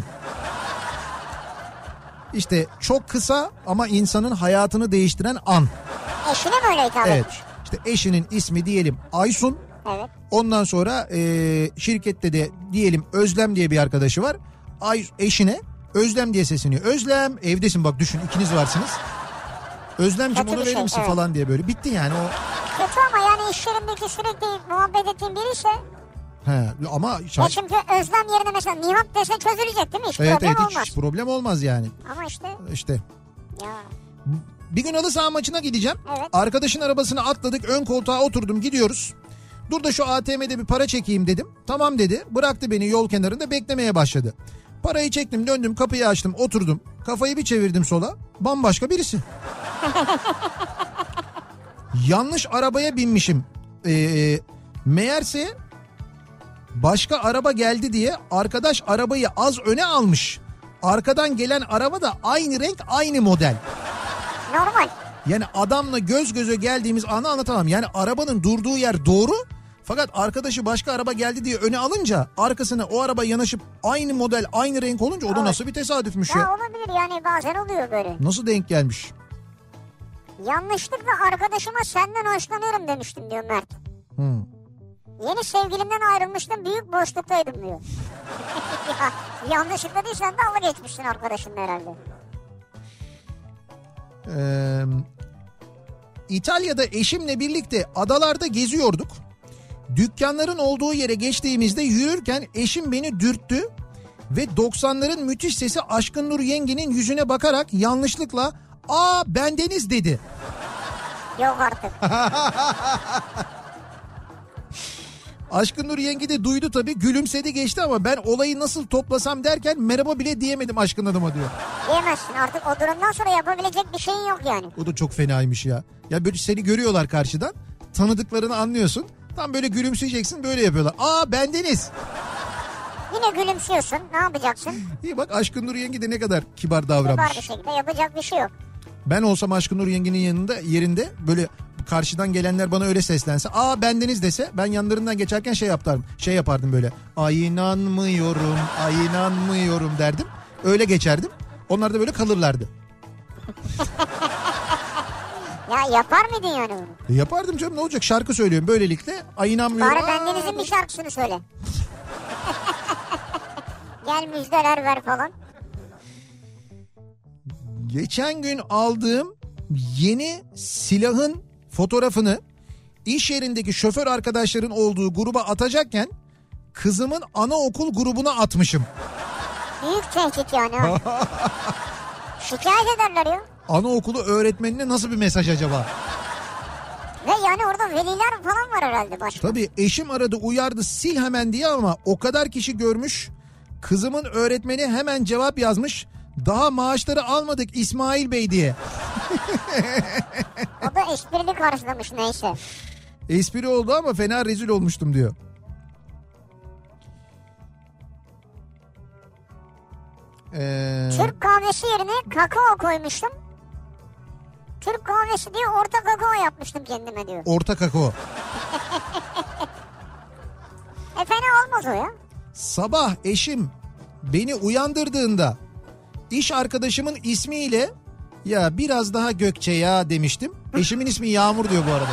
İşte çok kısa ama insanın hayatını değiştiren an. Eşine mi öyle hitap Evet. etmiş? İşte eşinin ismi diyelim Aysun. Evet. Ondan sonra şirkette de diyelim Özlem diye bir arkadaşı var. Eşine Özlem diye sesleniyor. Özlem, evdesin bak, düşün, ikiniz varsınız. Özlemciğim Kötü onu bir verir misin evet. falan diye böyle. Bitti yani o. Kötü ama yani iş yerindeki sürekli muhabbet ettiğin biri ise. He, ama Ya çünkü Özlem yerine mesela Nihat dese çözülecek değil mi? Hiç evet, problem evet, olmaz. hiç problem olmaz yani. Ama işte. İşte. Ya. Bir gün halı saha maçına gideceğim. Evet. Arkadaşın arabasına atladık, ön koltuğa oturdum, gidiyoruz. Dur da şu ATM'de bir para çekeyim dedim. Tamam dedi, bıraktı beni yol kenarında, beklemeye başladı. Parayı çektim, döndüm, kapıyı açtım, oturdum. Kafayı bir çevirdim sola, bambaşka birisi. Yanlış arabaya binmişim. Meğerse başka araba geldi diye arkadaş arabayı az öne almış. Arkadan gelen araba da aynı renk, aynı model. Normal. Yani adamla göz göze geldiğimiz anı anlatamam. Yani arabanın durduğu yer doğru. Fakat arkadaşı başka araba geldi diye öne alınca arkasına o araba yanaşıp aynı model, aynı renk olunca o da nasıl bir tesadüfmüş ya. Ya olabilir yani, bazen oluyor böyle. Nasıl denk gelmiş? Yanlışlıkla arkadaşıma senden hoşlanıyorum demiştim diyor Mert. Yeni sevgilimden ayrılmıştım, büyük boşluktaydım diyor. Ya, yanlışlıkla değil, sen dalga geçmişsin arkadaşınla herhalde. İtalya'da eşimle birlikte adalarda geziyorduk. Dükkanların olduğu yere geçtiğimizde yürürken eşim beni dürttü ve 90'ların müthiş sesi Aşkın Nur Yengi'nin yüzüne bakarak yanlışlıkla "Aa bendeniz" dedi. Yok artık. Aşkın Nur yenge de duydu tabii, gülümsedi geçti ama ben olayı nasıl toplasam derken merhaba bile diyemedim Aşkın Hanım'a diyor. Diyemezsin artık, o durumdan sonra yapabilecek bir şeyin yok yani. O da çok fenaymış ya. Ya böyle seni görüyorlar karşıdan, tanıdıklarını anlıyorsun. Tam böyle gülümseyeceksin, böyle yapıyorlar. Aa bendeniz. Yine gülümsüyorsun, ne yapacaksın? İyi bak, Aşkın Nur yenge de ne kadar kibar davranmış. Kibar bir şekilde, yapacak bir şey yok. Ben olsam Aşkın Nur yengenin yerinde böyle karşıdan gelenler bana öyle seslense, aa bendeniz dese, ben yanlarından geçerken şey yapardım böyle. Ay inanmıyorum derdim. Öyle geçerdim. Onlar da böyle kalırlardı. Ya yapar mıydın yani bunu? Yapardım canım, ne olacak, şarkı söylüyorum böylelikle. Ay inanmıyorum. Bari bendenizin bir şarkısını söyle. Gel müjdeler ver falan. Geçen gün aldığım yeni silahın fotoğrafını iş yerindeki şoför arkadaşların olduğu gruba atacakken kızımın anaokul grubuna atmışım. Büyük tehdit yani. Şikayet ederler ya. Anaokulu öğretmenine nasıl bir mesaj acaba? Ve yani orada veliler falan var herhalde başka. Tabii eşim aradı, uyardı, sil hemen diye ama o kadar kişi görmüş. Kızımın öğretmeni hemen cevap yazmış. Daha maaşları almadık İsmail Bey diye. O da esprili karşılamış neyse. Espri oldu ama fena rezil olmuştum diyor. Türk kahvesi yerine kakao koymuştum. Türk kahvesi diye orta kakao yapmıştım kendime diyor. Orta kakao. Fena olmaz o ya. Sabah eşim beni uyandırdığında iş arkadaşımın ismiyle ya biraz daha Gökçe ya demiştim. Eşimin ismi Yağmur diyor bu arada.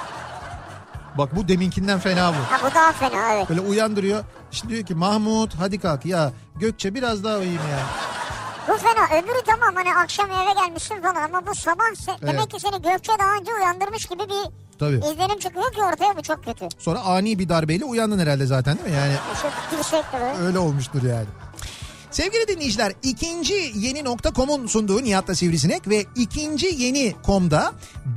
Bak bu deminkinden fena bu. Ha bu daha fena, evet. Böyle uyandırıyor. İşte diyor ki Mahmut hadi kalk ya Gökçe biraz daha uyuyayım ya. Bu fena, öbürü tamam hani akşam eve gelmişsin falan ama bu sabah demek ki seni Gökçe daha önce uyandırmış gibi bir Tabii. izlenim çıkıyor ki ortaya, bu çok kötü. Sonra ani bir darbeyle uyandın herhalde zaten değil mi? Yani öyle olmuştur yani. Sevgili dinleyiciler, ikinci yeni nokta.com'un sunduğu Nihat'la Sivrisinek ve ikinci yeni.com'da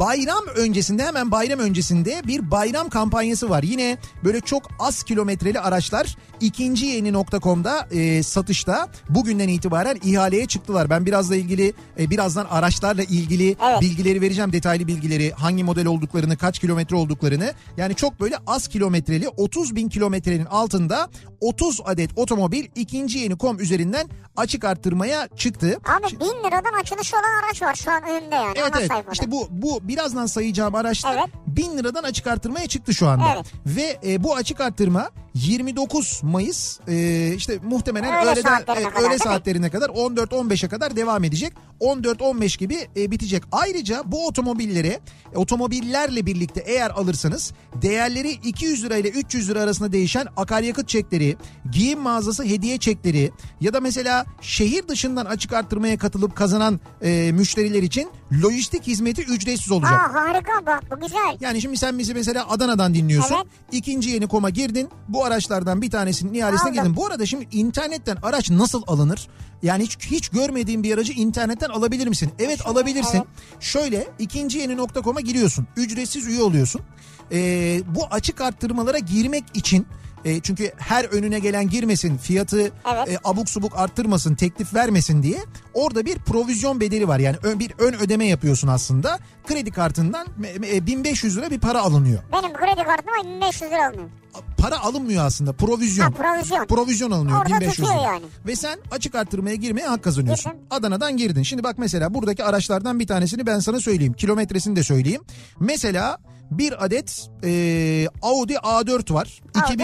hemen bayram öncesinde bir bayram kampanyası var. Yine böyle çok az kilometreli araçlar ikinci yeni.com'da satışta, bugünden itibaren ihaleye çıktılar. Ben birazdan araçlarla ilgili bilgileri vereceğim, detaylı bilgileri, hangi model olduklarını, kaç kilometre olduklarını. Yani çok böyle az kilometreli, 30 bin kilometrenin altında 30 adet otomobil ikinci yeni.com üzerinden açık arttırmaya çıktı. Abi 1000 liradan açılışı olan araç var şu an önümde yani. Evet. İşte bu birazdan sayacağım araçlar 1000 liradan açık arttırmaya çıktı şu anda. Evet. Ve bu açık arttırma 29 Mayıs işte muhtemelen öğle saatlerine kadar 14-15'e kadar devam edecek. 14-15 gibi bitecek. Ayrıca bu otomobillerle birlikte eğer alırsanız değerleri 200 lira ile 300 lira arasında değişen akaryakıt çekleri, giyim mağazası hediye çekleri ya da mesela şehir dışından açık arttırmaya katılıp kazanan müşteriler için lojistik hizmeti ücretsiz olacak. Harika, bak bu güzel. Yani şimdi sen bizi mesela Adana'dan dinliyorsun. Evet. İkinci yeni.com'a girdin. Bu araçlardan bir tanesinin ihalesine girdin. Bu arada şimdi internetten araç nasıl alınır? Yani hiç görmediğin bir aracı internetten alabilir misin? Evet, alabilirsin. Evet. Şöyle ikinci yeni.com'a giriyorsun. Ücretsiz üye oluyorsun. Bu açık arttırmalara girmek için çünkü her önüne gelen girmesin, fiyatı abuk subuk arttırmasın, teklif vermesin diye orada bir provizyon bedeli var. Yani bir ön ödeme yapıyorsun aslında. Kredi kartından 1500 lira bir para alınıyor. Benim kredi kartıma 1500 lira alınıyor. Para alınmıyor aslında, provizyon. Provizyon alınıyor, orada 1500 lira. Yani. Ve sen açık arttırmaya girmeye hak kazanıyorsun. Adana'dan girdin. Şimdi bak mesela buradaki araçlardan bir tanesini ben sana söyleyeyim. Kilometresini de söyleyeyim. Mesela bir adet Audi A4 var.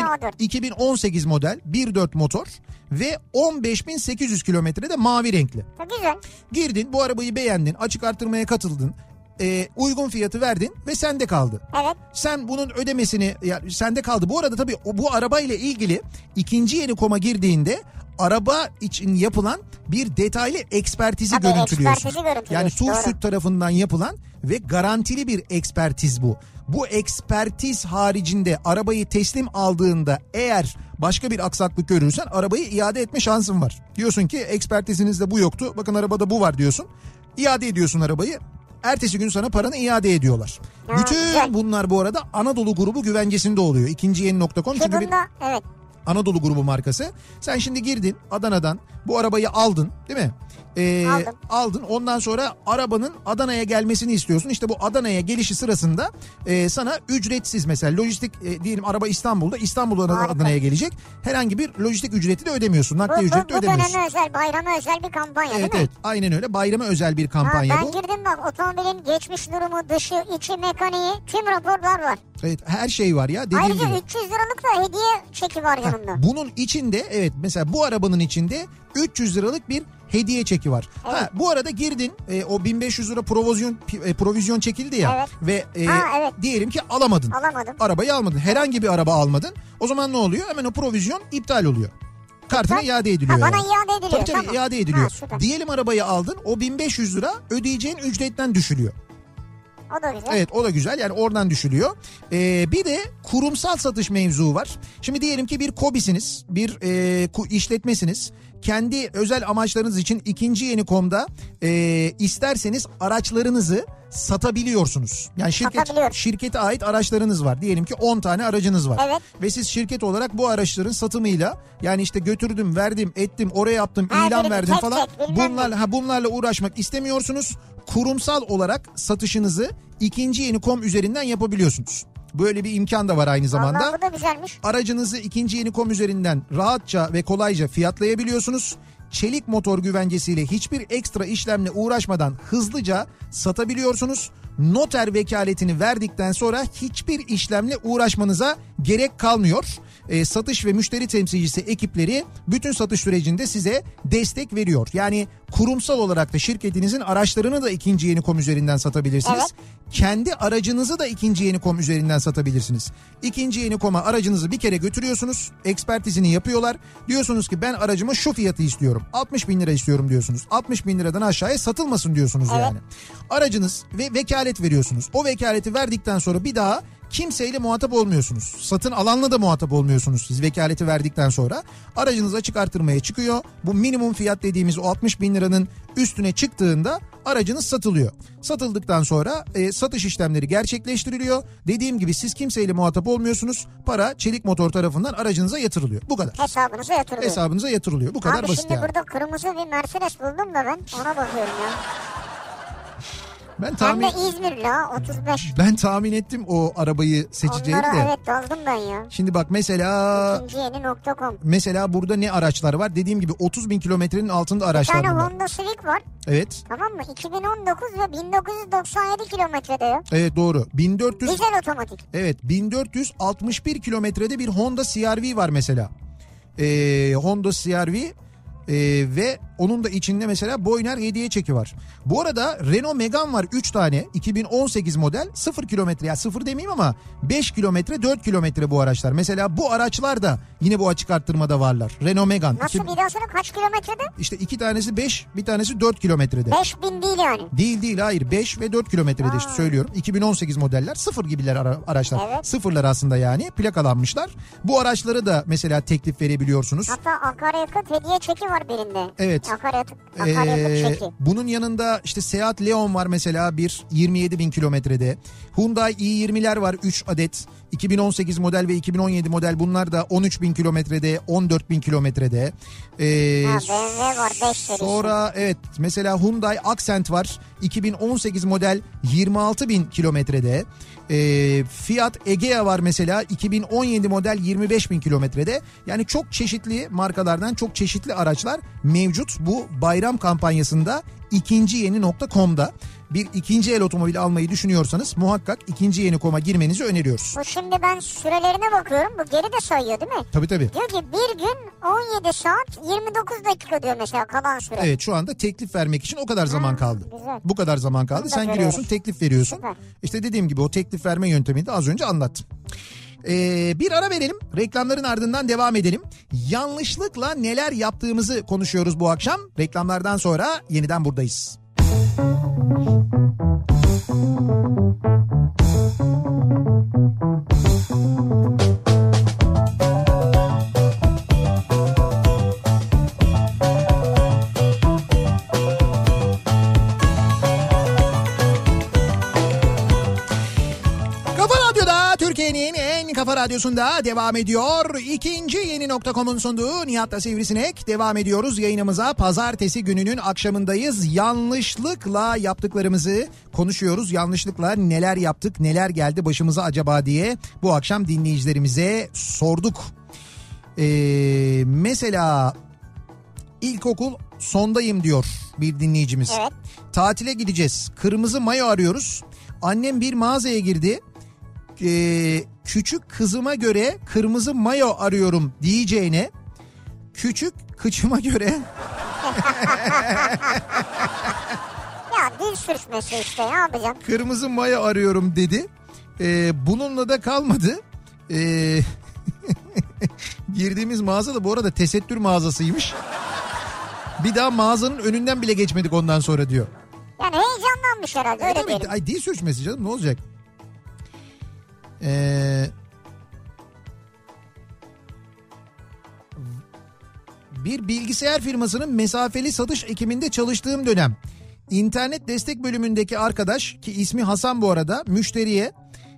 2018 model 1.4 motor ve 15.800 kilometrede mavi renkli. Güzel. Girdin, bu arabayı beğendin, açık arttırmaya katıldın. Uygun fiyatı verdin ve sende kaldı. Evet. Sen bunun ödemesini, yani sende kaldı. Bu arada tabii bu arabayla ilgili ikinci yeni.com'a girdiğinde araba için yapılan bir detaylı ekspertizi görüntülüyorsun. Yani TÜRSÜD tarafından yapılan ve garantili bir ekspertiz bu. Bu ekspertiz haricinde arabayı teslim aldığında eğer başka bir aksaklık görürsen arabayı iade etme şansın var. Diyorsun ki ekspertizinizde bu yoktu, bakın arabada bu var diyorsun. İade ediyorsun arabayı. Ertesi gün sana paranı iade ediyorlar. Ha, Bütün güzel. bunlar bu arada Anadolu grubu güvencesinde oluyor. İkinciyeni.com çünkü bir Bunda evet. Anadolu grubu markası. Sen şimdi girdin Adana'dan bu arabayı aldın değil mi? Aldım. Aldın. Ondan sonra arabanın Adana'ya gelmesini istiyorsun. İşte bu Adana'ya gelişi sırasında sana ücretsiz mesela lojistik diyelim araba İstanbul'dan Harika. Adana'ya gelecek. Herhangi bir lojistik ücreti de ödemiyorsun. Nakliye ücreti de Bu ödemiyorsun. döneme özel, bayrama özel bir kampanya Evet değil mi? evet aynen öyle. Bayrama özel bir kampanya Ben bu. girdim bak, otomobilin geçmiş durumu, dışı, içi, mekaniği, tüm raporlar var. Evet her şey var ya dediğim Ayrıca gibi. 300 liralık da hediye çeki var yanında. Bunun içinde evet mesela bu arabanın içinde 300 liralık bir hediye çeki var. Evet. Bu arada girdin o 1500 lira provizyon çekildi ya ve evet. diyelim ki alamadın. Alamadım. Arabayı almadın. Herhangi bir araba almadın. O zaman ne oluyor? Hemen o provizyon iptal oluyor. Kartına iade ediliyor. Bana yani. iade ediliyor. Tabii Tamam. iade ediliyor. Süper. Diyelim arabayı aldın o 1500 lira ödeyeceğin ücretten düşülüyor. O da güzel. Evet o da güzel yani oradan düşülüyor. Bir de kurumsal satış mevzuu var. Şimdi diyelim ki bir KOBİ'siniz, bir işletmesiniz. Kendi özel amaçlarınız için ikinciyeni.com'da isterseniz araçlarınızı satabiliyorsunuz. Yani şirkete ait araçlarınız var. Diyelim ki 10 tane aracınız var. Evet. Ve siz şirket olarak bu araçların satımıyla yani işte götürdüm, verdim, ettim, oraya yaptım, ilan verdim falan. Bunlarla uğraşmak istemiyorsunuz. Kurumsal olarak satışınızı ikinciyeni.com üzerinden yapabiliyorsunuz. Böyle bir imkan da var aynı zamanda. Allah, bu da güzelmiş. Aracınızı ikinciyeni.com üzerinden rahatça ve kolayca fiyatlayabiliyorsunuz. Çelik motor güvencesiyle hiçbir ekstra işlemle uğraşmadan hızlıca satabiliyorsunuz. Noter vekaletini verdikten sonra hiçbir işlemle uğraşmanıza gerek kalmıyor. Satış ve müşteri temsilcisi ekipleri bütün satış sürecinde size destek veriyor. Yani kurumsal olarak da şirketinizin araçlarını da ikinciyeni.com üzerinden satabilirsiniz. Evet. Kendi aracınızı da ikinciyeni.com üzerinden satabilirsiniz. İkinciyeni.com'a aracınızı bir kere götürüyorsunuz. Ekspertizini yapıyorlar. Diyorsunuz ki ben aracıma şu fiyatı istiyorum. 60 bin lira istiyorum diyorsunuz. 60 bin liradan aşağıya satılmasın diyorsunuz yani. Aracınız ve vekalet veriyorsunuz. O vekaleti verdikten sonra bir daha kimseyle muhatap olmuyorsunuz. Satın alanla da muhatap olmuyorsunuz siz vekaleti verdikten sonra. Aracınız açık artırmaya çıkıyor. Bu minimum fiyat dediğimiz o 60 bin liranın üstüne çıktığında aracınız satılıyor. Satıldıktan sonra satış işlemleri gerçekleştiriliyor. Dediğim gibi siz kimseyle muhatap olmuyorsunuz. Para Çelik Motor tarafından aracınıza yatırılıyor. Bu kadar. Hesabınıza yatırılıyor. Bu kadar Abi basit şimdi yani. burada kırmızı bir Mercedes buldum da ben ona bakıyorum ya. Hem de İzmirli ha, 35. Ben tahmin ettim o arabayı seçeceğini de. Onlara evet daldım ben ya. Şimdi bak mesela. İkinciyeni.com. Mesela burada ne araçlar var? Dediğim gibi 30 bin kilometrenin altında araçlar bunlar. Bir tane Honda Civic var. Evet. Tamam mı? 2019 ve 1997 kilometrede ya. Evet doğru. 1400. Dizel otomatik. Evet 1461 kilometrede bir Honda CR-V var mesela. Honda CR-V. Ve onun da içinde mesela Boyner hediye çeki var. Bu arada Renault Megane var 3 tane 2018 model 0 kilometre ya 0 demeyeyim ama 5 kilometre 4 kilometre bu araçlar. Mesela bu araçlar da yine bu açık arttırmada varlar. Renault Megane. Nasıl bir daha sonra kaç kilometrede? İşte 2 tanesi 5 bir tanesi 4 kilometrede. 5000 değil yani. Değil hayır 5 ve 4 kilometrede işte söylüyorum. 2018 modeller 0 gibiler araçlar. Evet. Sıfırlar aslında yani plakalanmışlar. Bu araçlara da mesela teklif verebiliyorsunuz. Hatta akaryakıt hediye çeki var birinde. Evet. Akaryakıt çeki. Bunun yanında işte Seat Leon var mesela 27 bin kilometrede. Hyundai i20'ler var 3 adet. 2018 model ve 2017 model bunlar da 13 bin kilometrede 14 bin kilometrede. BMW var 5 serisi. Sonra evet mesela Hyundai Accent var 2018 model 26 bin kilometrede. Fiat Egea var mesela 2017 model 25 bin kilometrede. Yani çok çeşitli markalardan çok çeşitli araçlar mevcut bu bayram kampanyasında ikinciyeni.com'da. Bir ikinci el otomobil almayı düşünüyorsanız muhakkak ikinciyeni.com'a girmenizi öneriyoruz. Bu şimdi ben sürelerine bakıyorum. Bu geri de sayıyor değil mi? Tabii. Diyor ki bir gün 17 saat 29 dakika diyor mesela kalan süre. Evet şu anda teklif vermek için o kadar zaman kaldı. Güzel. Bu kadar zaman kaldı. Sen giriyorsun teklif veriyorsun. Süper. İşte dediğim gibi o teklif verme yöntemini de az önce anlattım. Bir ara verelim. Reklamların ardından devam edelim. Yanlışlıkla neler yaptığımızı konuşuyoruz bu akşam. Reklamlardan sonra yeniden buradayız. Kafa Radyosu'nda devam ediyor. İkinci Yeni.com'un sunduğu Nihat'la Sivrisinek devam ediyoruz yayınımıza. Pazartesi gününün akşamındayız. Yanlışlıkla yaptıklarımızı konuşuyoruz. Yanlışlıkla neler yaptık, neler geldi başımıza acaba diye bu akşam dinleyicilerimize sorduk. Mesela ilkokul sondayım diyor bir dinleyicimiz. Evet. Tatile gideceğiz. Kırmızı mayo arıyoruz. Annem bir mağazaya girdi. Küçük kızıma göre kırmızı mayo arıyorum diyeceğine küçük kıçıma göre Ya dil sürçmesi işte, ne yapacağım? kırmızı mayo arıyorum dedi. Bununla da kalmadı. Girdiğimiz mağaza da bu arada tesettür mağazasıymış. Bir daha mağazanın önünden bile geçmedik ondan sonra diyor. Yani heyecanlanmış herhalde, öyle diyelim. Ay dil sürçmesi canım, ne olacak? Bir bilgisayar firmasının mesafeli satış ekibinde çalıştığım dönem internet destek bölümündeki arkadaş, ki ismi Hasan bu arada, müşteriye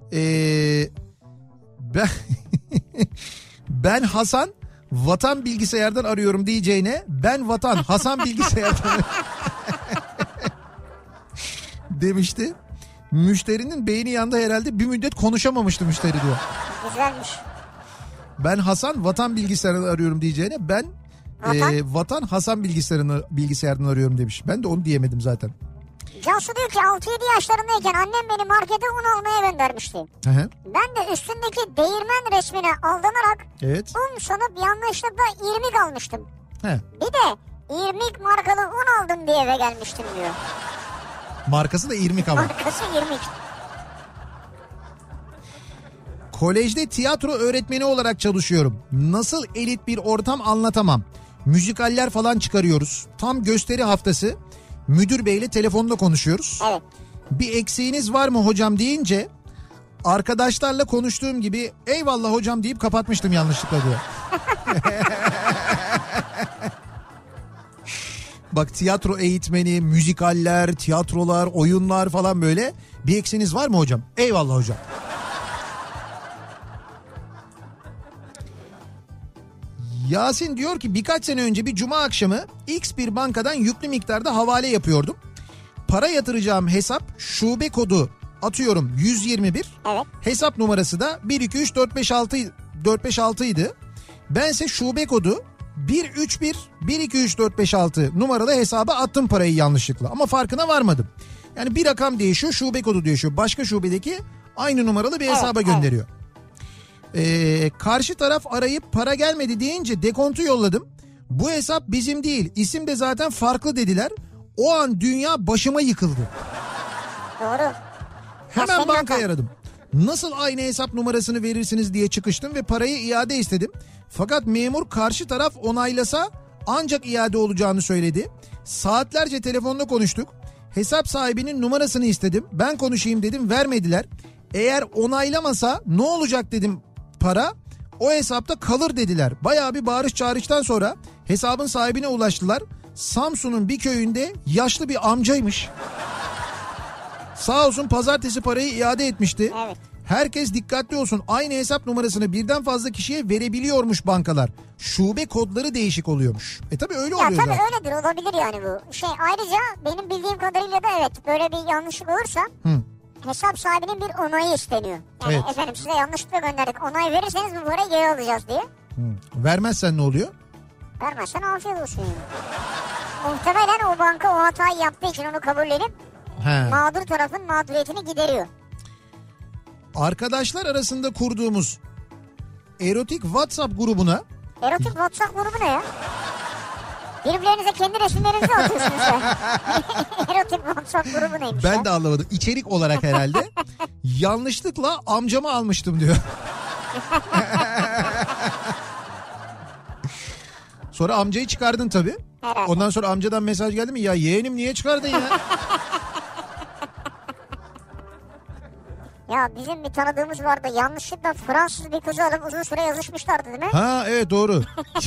ben Hasan Vatan Bilgisayar'dan arıyorum diyeceğine ben Vatan Hasan Bilgisayar'dan demişti. Müşterinin beyni yandı herhalde, bir müddet konuşamamıştı müşteri diyor. Güzelmiş. Ben Hasan Vatan Bilgisayar'dan arıyorum diyeceğine ben Vatan Hasan Bilgisayar'dan arıyorum demiş. Ben de onu diyemedim zaten. Cansu diyor ki 6-7 yaşlarındayken annem beni markete un almaya göndermişti. Hı-hı. Ben de üstündeki değirmen resmine aldanarak Evet. un sanıp yanlışlıkla irmik almıştım. He. Bir de irmik markalı un aldım diye eve gelmiştim diyor. Markası da irmik ama. Markası irmik. Kolejde tiyatro öğretmeni olarak çalışıyorum. Nasıl elit bir ortam anlatamam. Müzikaller falan çıkarıyoruz. Tam gösteri haftası müdür beyle telefonla konuşuyoruz. Evet. Bir eksiğiniz var mı hocam deyince arkadaşlarla konuştuğum gibi eyvallah hocam deyip kapatmıştım yanlışlıkla diyor. Bak, tiyatro eğitmeni, müzikaller, tiyatrolar, oyunlar falan böyle. Bir eksiğiniz var mı hocam? Eyvallah hocam. Yasin diyor ki birkaç sene önce bir cuma akşamı X bir bankadan yüklü miktarda havale yapıyordum. Para yatıracağım hesap şube kodu atıyorum 121. Evet. Hesap numarası da 123-456 idi. Bense şube kodu 131-123-456 numaralı hesaba attım parayı yanlışlıkla ama farkına varmadım. Yani bir rakam değişiyor, şube kodu değişiyor. Başka şubedeki aynı numaralı bir hesaba gönderiyor. Karşı taraf arayıp para gelmedi deyince dekontu yolladım. Bu hesap bizim değil, isim de zaten farklı dediler. O an dünya başıma yıkıldı. Doğru. Hemen bankayı aradım. Nasıl aynı hesap numarasını verirsiniz diye çıkıştım ve parayı iade istedim. Fakat memur karşı taraf onaylasa ancak iade olacağını söyledi. Saatlerce telefonla konuştuk. Hesap sahibinin numarasını istedim. Ben konuşayım dedim, vermediler. Eğer onaylamasa ne olacak dedim, para o hesapta kalır dediler. Bayağı bir bağırış çağrıştan sonra hesabın sahibine ulaştılar. Samsun'un bir köyünde yaşlı bir amcaymış. Sağ olsun pazartesi parayı iade etmişti. Evet. Herkes dikkatli olsun, aynı hesap numarasını birden fazla kişiye verebiliyormuş bankalar. Şube kodları değişik oluyormuş. Tabii öyle oluyor Ya tabii zaten. öyledir, olabilir yani bu. Ayrıca benim bildiğim kadarıyla da evet, böyle bir yanlışlık olursa hesap sahibinin bir onayı isteniyor. Yani Evet. efendim size yanlışlıkla gönderdik, onay verirseniz bu parayı geri alacağız diye. Vermezsen ne oluyor? Vermezsen afiyet olsun yani. Muhtemelen o banka o hatayı yaptığı için onu kabullenip mağdur tarafın mağduriyetini gideriyor. Arkadaşlar arasında kurduğumuz erotik WhatsApp grubuna... Erotik WhatsApp grubu ne ya? Birbirlerinize kendi resimlerinizi atıyorsunuz ya. Erotik WhatsApp grubu neymiş Ben ya? de anlamadım. İçerik olarak herhalde yanlışlıkla amcamı almıştım diyor. Sonra amcayı çıkardın tabii. Herhalde. Ondan sonra amcadan mesaj geldi mi? Ya yeğenim niye çıkardın ya? Ya bizim bir tanıdığımız vardı. Yanlışlıkla Fransız bir kızı alıp uzun süre yazışmışlardı değil mi? Ha evet, doğru.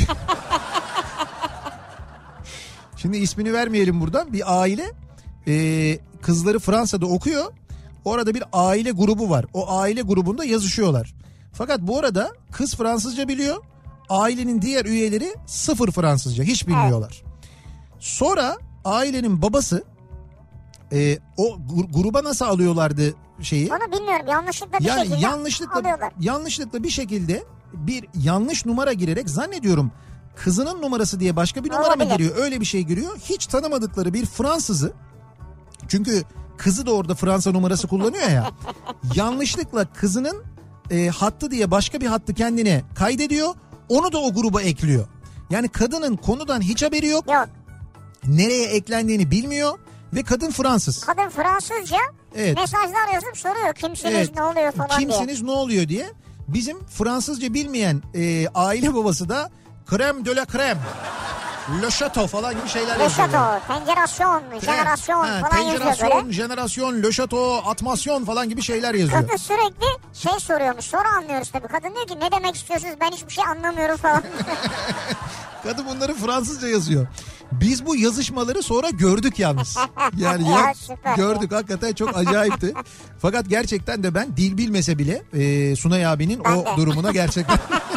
Şimdi ismini vermeyelim buradan. Bir aile kızları Fransa'da okuyor. Orada bir aile grubu var. O aile grubunda yazışıyorlar. Fakat bu arada kız Fransızca biliyor. Ailenin diğer üyeleri sıfır Fransızca, hiç bilmiyorlar. Sonra ailenin babası o gruba nasıl alıyorlardı şeyi? Onu bilmiyorum, yanlışlıkla bir Yani şekilde alıyorlar. yanlışlıkla bir şekilde bir yanlış numara girerek, zannediyorum kızının numarası diye başka bir numara mı giriyor? Öyle bir şey giriyor. Hiç tanımadıkları bir Fransızı, çünkü kızı da orada Fransa numarası kullanıyor ya. Yanlışlıkla kızının hattı diye başka bir hattı kendine kaydediyor. Onu da o gruba ekliyor. Yani kadının konudan hiç haberi yok. Yok. Nereye eklendiğini bilmiyor ve kadın Fransız. Kadın Fransızca, evet. Mesajlar yazıp soruyor kimsiniz, evet. ne oluyor falan diye. Kimsiniz, ne oluyor diye. Bizim Fransızca bilmeyen aile babası da crème de la crème, le château falan gibi şeyler yazıyor. Le château, tencerasyon, jenerasyon falan yazıyor böyle. Jenerasyon, le château, atmasyon falan gibi şeyler yazıyor. Kadın sürekli şey soruyormuş, sonra anlıyoruz tabii. Kadın diyor ki ne demek istiyorsunuz, ben hiçbir şey anlamıyorum falan. Kadın bunları Fransızca yazıyor. Biz bu yazışmaları sonra gördük yalnız. Yani gördük, hakikaten çok acayipti. Fakat gerçekten de ben dil bilmese bile Sunay abinin o durumuna gerçekten...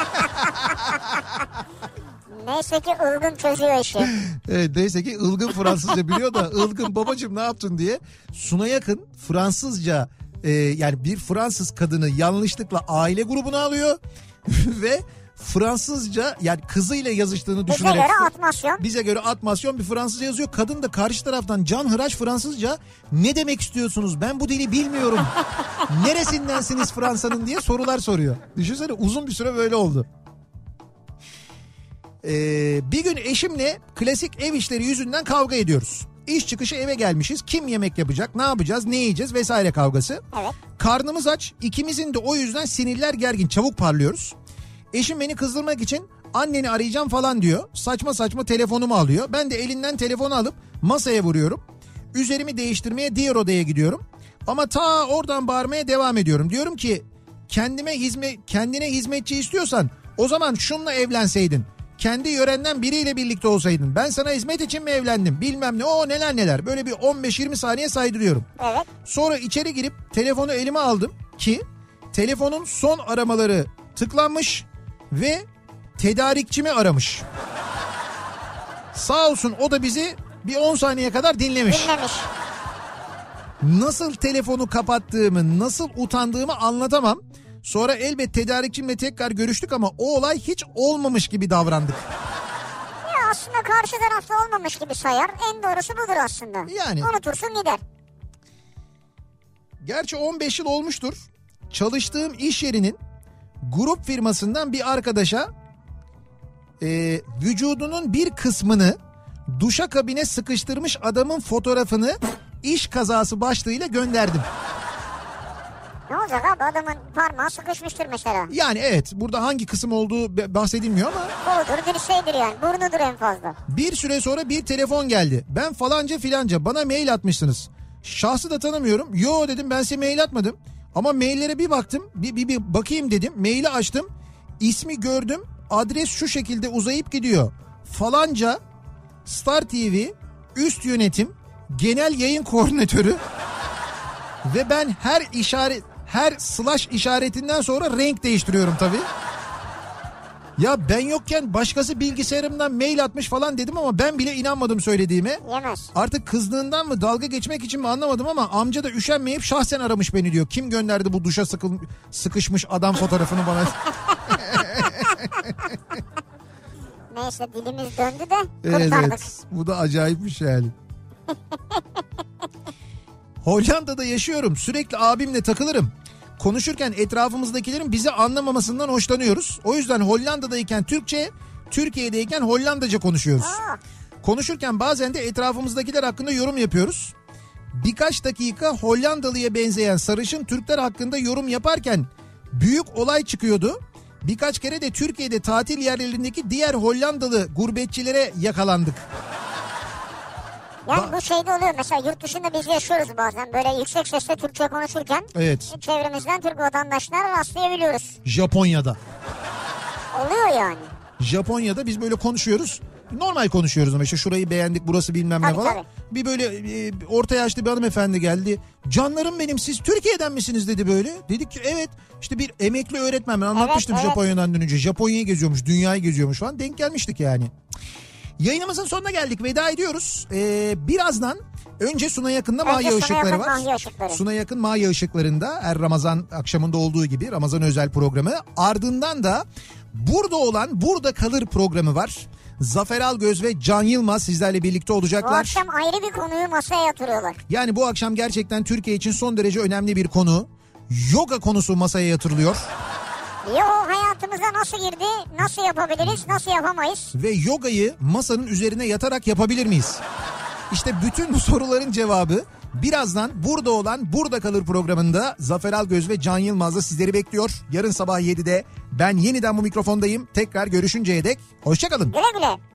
Neyse ki Ilgın çözüyor işi. Evet, neyse ki Ilgın Fransızca biliyor da Ilgın babacığım ne yaptın diye Sunay Akın Fransızca yani bir Fransız kadını yanlışlıkla aile grubuna alıyor ve Fransızca, yani kızıyla yazıştığını düşünerek. Bize göre atmasyon. Bize göre atmasyon bir Fransızca yazıyor. Kadın da karşı taraftan canhıraş Fransızca, ne demek istiyorsunuz, ben bu dili bilmiyorum. Neresindensiniz Fransa'nın diye sorular soruyor. Düşünsene, uzun bir süre böyle oldu. Bir gün eşimle klasik ev işleri yüzünden kavga ediyoruz. İş çıkışı eve gelmişiz. Kim yemek yapacak, ne yapacağız, ne yiyeceğiz vesaire kavgası. Evet. Karnımız aç. İkimizin de o yüzden sinirler gergin. Çabuk parlıyoruz. Eşim beni kızdırmak için anneni arayacağım falan diyor. Saçma saçma telefonumu alıyor. Ben de elinden telefonu alıp masaya vuruyorum. Üzerimi değiştirmeye diğer odaya gidiyorum. Ama ta oradan bağırmaya devam ediyorum. Diyorum ki kendine hizmetçi istiyorsan o zaman şununla evlenseydin. Kendi yörenden biriyle birlikte olsaydın. Ben sana hizmet için mi evlendim bilmem ne, o neler neler. Böyle bir 15-20 saniye saydırıyorum. Evet. Sonra içeri girip telefonu elime aldım ki telefonun son aramaları tıklanmış ve tedarikçimi aramış. Sağ olsun, o da bizi bir 10 saniye kadar dinlemiş. Nasıl telefonu kapattığımı, nasıl utandığımı anlatamam. Sonra elbet tedarikçimle tekrar görüştük ama o olay hiç olmamış gibi davrandık. Ya aslında karşı tarafta olmamış gibi sayar. En doğrusu budur aslında. Yani. Unutursun gider. Gerçi 15 yıl olmuştur. Çalıştığım iş yerinin grup firmasından bir arkadaşa vücudunun bir kısmını duşakabine sıkıştırmış adamın fotoğrafını iş kazası başlığıyla gönderdim. Ne olacak abi, adamın parmağı sıkışmıştır mesela. Yani evet, burada hangi kısım olduğu bahsedilmiyor ama. Koludur, dirseğidir yani, burnudur en fazla. Bir süre sonra bir telefon geldi. Ben falanca filanca, bana mail atmışsınız. Şahsı da tanımıyorum. Yo dedim, ben size mail atmadım. Ama maillere bir baktım, bir bakayım dedim. Maili açtım, ismi gördüm, adres şu şekilde uzayıp gidiyor. Falanca Star TV üst yönetim genel yayın koordinatörü. Ve ben her slash işaretinden sonra renk değiştiriyorum tabii. Ya ben yokken başkası bilgisayarımdan mail atmış falan dedim ama ben bile inanmadım söylediğime. Yemez. Artık kızdığından mı, dalga geçmek için mi anlamadım ama amca da üşenmeyip şahsen aramış beni diyor. Kim gönderdi bu duşa sıkışmış adam fotoğrafını bana? Neyse, dilimiz döndü de kurtardık. Evet, bu da acayip bir şey yani. Hollanda'da yaşıyorum. Sürekli abimle takılırım. Konuşurken etrafımızdakilerin bizi anlamamasından hoşlanıyoruz. O yüzden Hollanda'dayken Türkçe, Türkiye'deyken Hollandaca konuşuyoruz. Konuşurken bazen de etrafımızdakiler hakkında yorum yapıyoruz. Birkaç dakika Hollandalı'ya benzeyen sarışın Türkler hakkında yorum yaparken büyük olay çıkıyordu. Birkaç kere de Türkiye'de tatil yerlerindeki diğer Hollandalı gurbetçilere yakalandık. Yani bu şeyde oluyor mesela, yurt dışında biz yaşıyoruz bazen böyle yüksek sesle Türkçe konuşurken. Evet. Çevremizden Türk vatandaşlara rastlayabiliyoruz. Japonya'da. Oluyor yani. Japonya'da biz böyle konuşuyoruz. normal konuşuyoruz ama işte şurayı beğendik, burası bilmem ne Tabii, falan. tabii. Bir böyle orta yaşlı bir hanımefendi geldi. Canlarım benim, siz Türkiye'den misiniz dedi böyle. Dedik ki evet, işte bir emekli öğretmen, ben anlatmıştım Evet. Japonya'dan dönünce. Japonya'yı geziyormuş, dünyayı geziyormuş falan, denk gelmiştik yani. Yayınımızın sonuna geldik, veda ediyoruz. Birazdan önce Suna Yakın'da Maya Işıkları var. Suna Yakın Maya Işıkları'nda her Ramazan akşamında olduğu gibi Ramazan özel programı. Ardından da Burada Olan Burada Kalır programı var. Zafer Algöz ve Can Yılmaz sizlerle birlikte olacaklar. Bu akşam ayrı bir konuyu masaya yatırıyorlar. Yani bu akşam gerçekten Türkiye için son derece önemli bir konu. Yoga konusu masaya yatırılıyor. Yo, hayatımıza nasıl girdi, nasıl yapabiliriz, nasıl yapamayız? Ve yogayı masanın üzerine yatarak yapabilir miyiz? İşte bütün bu soruların cevabı birazdan Burada Olan Burada Kalır programında Zafer Algöz ve Can Yılmaz da sizleri bekliyor. Yarın sabah 7'de ben yeniden bu mikrofondayım. Tekrar görüşünceye dek hoşça kalın. Güle güle.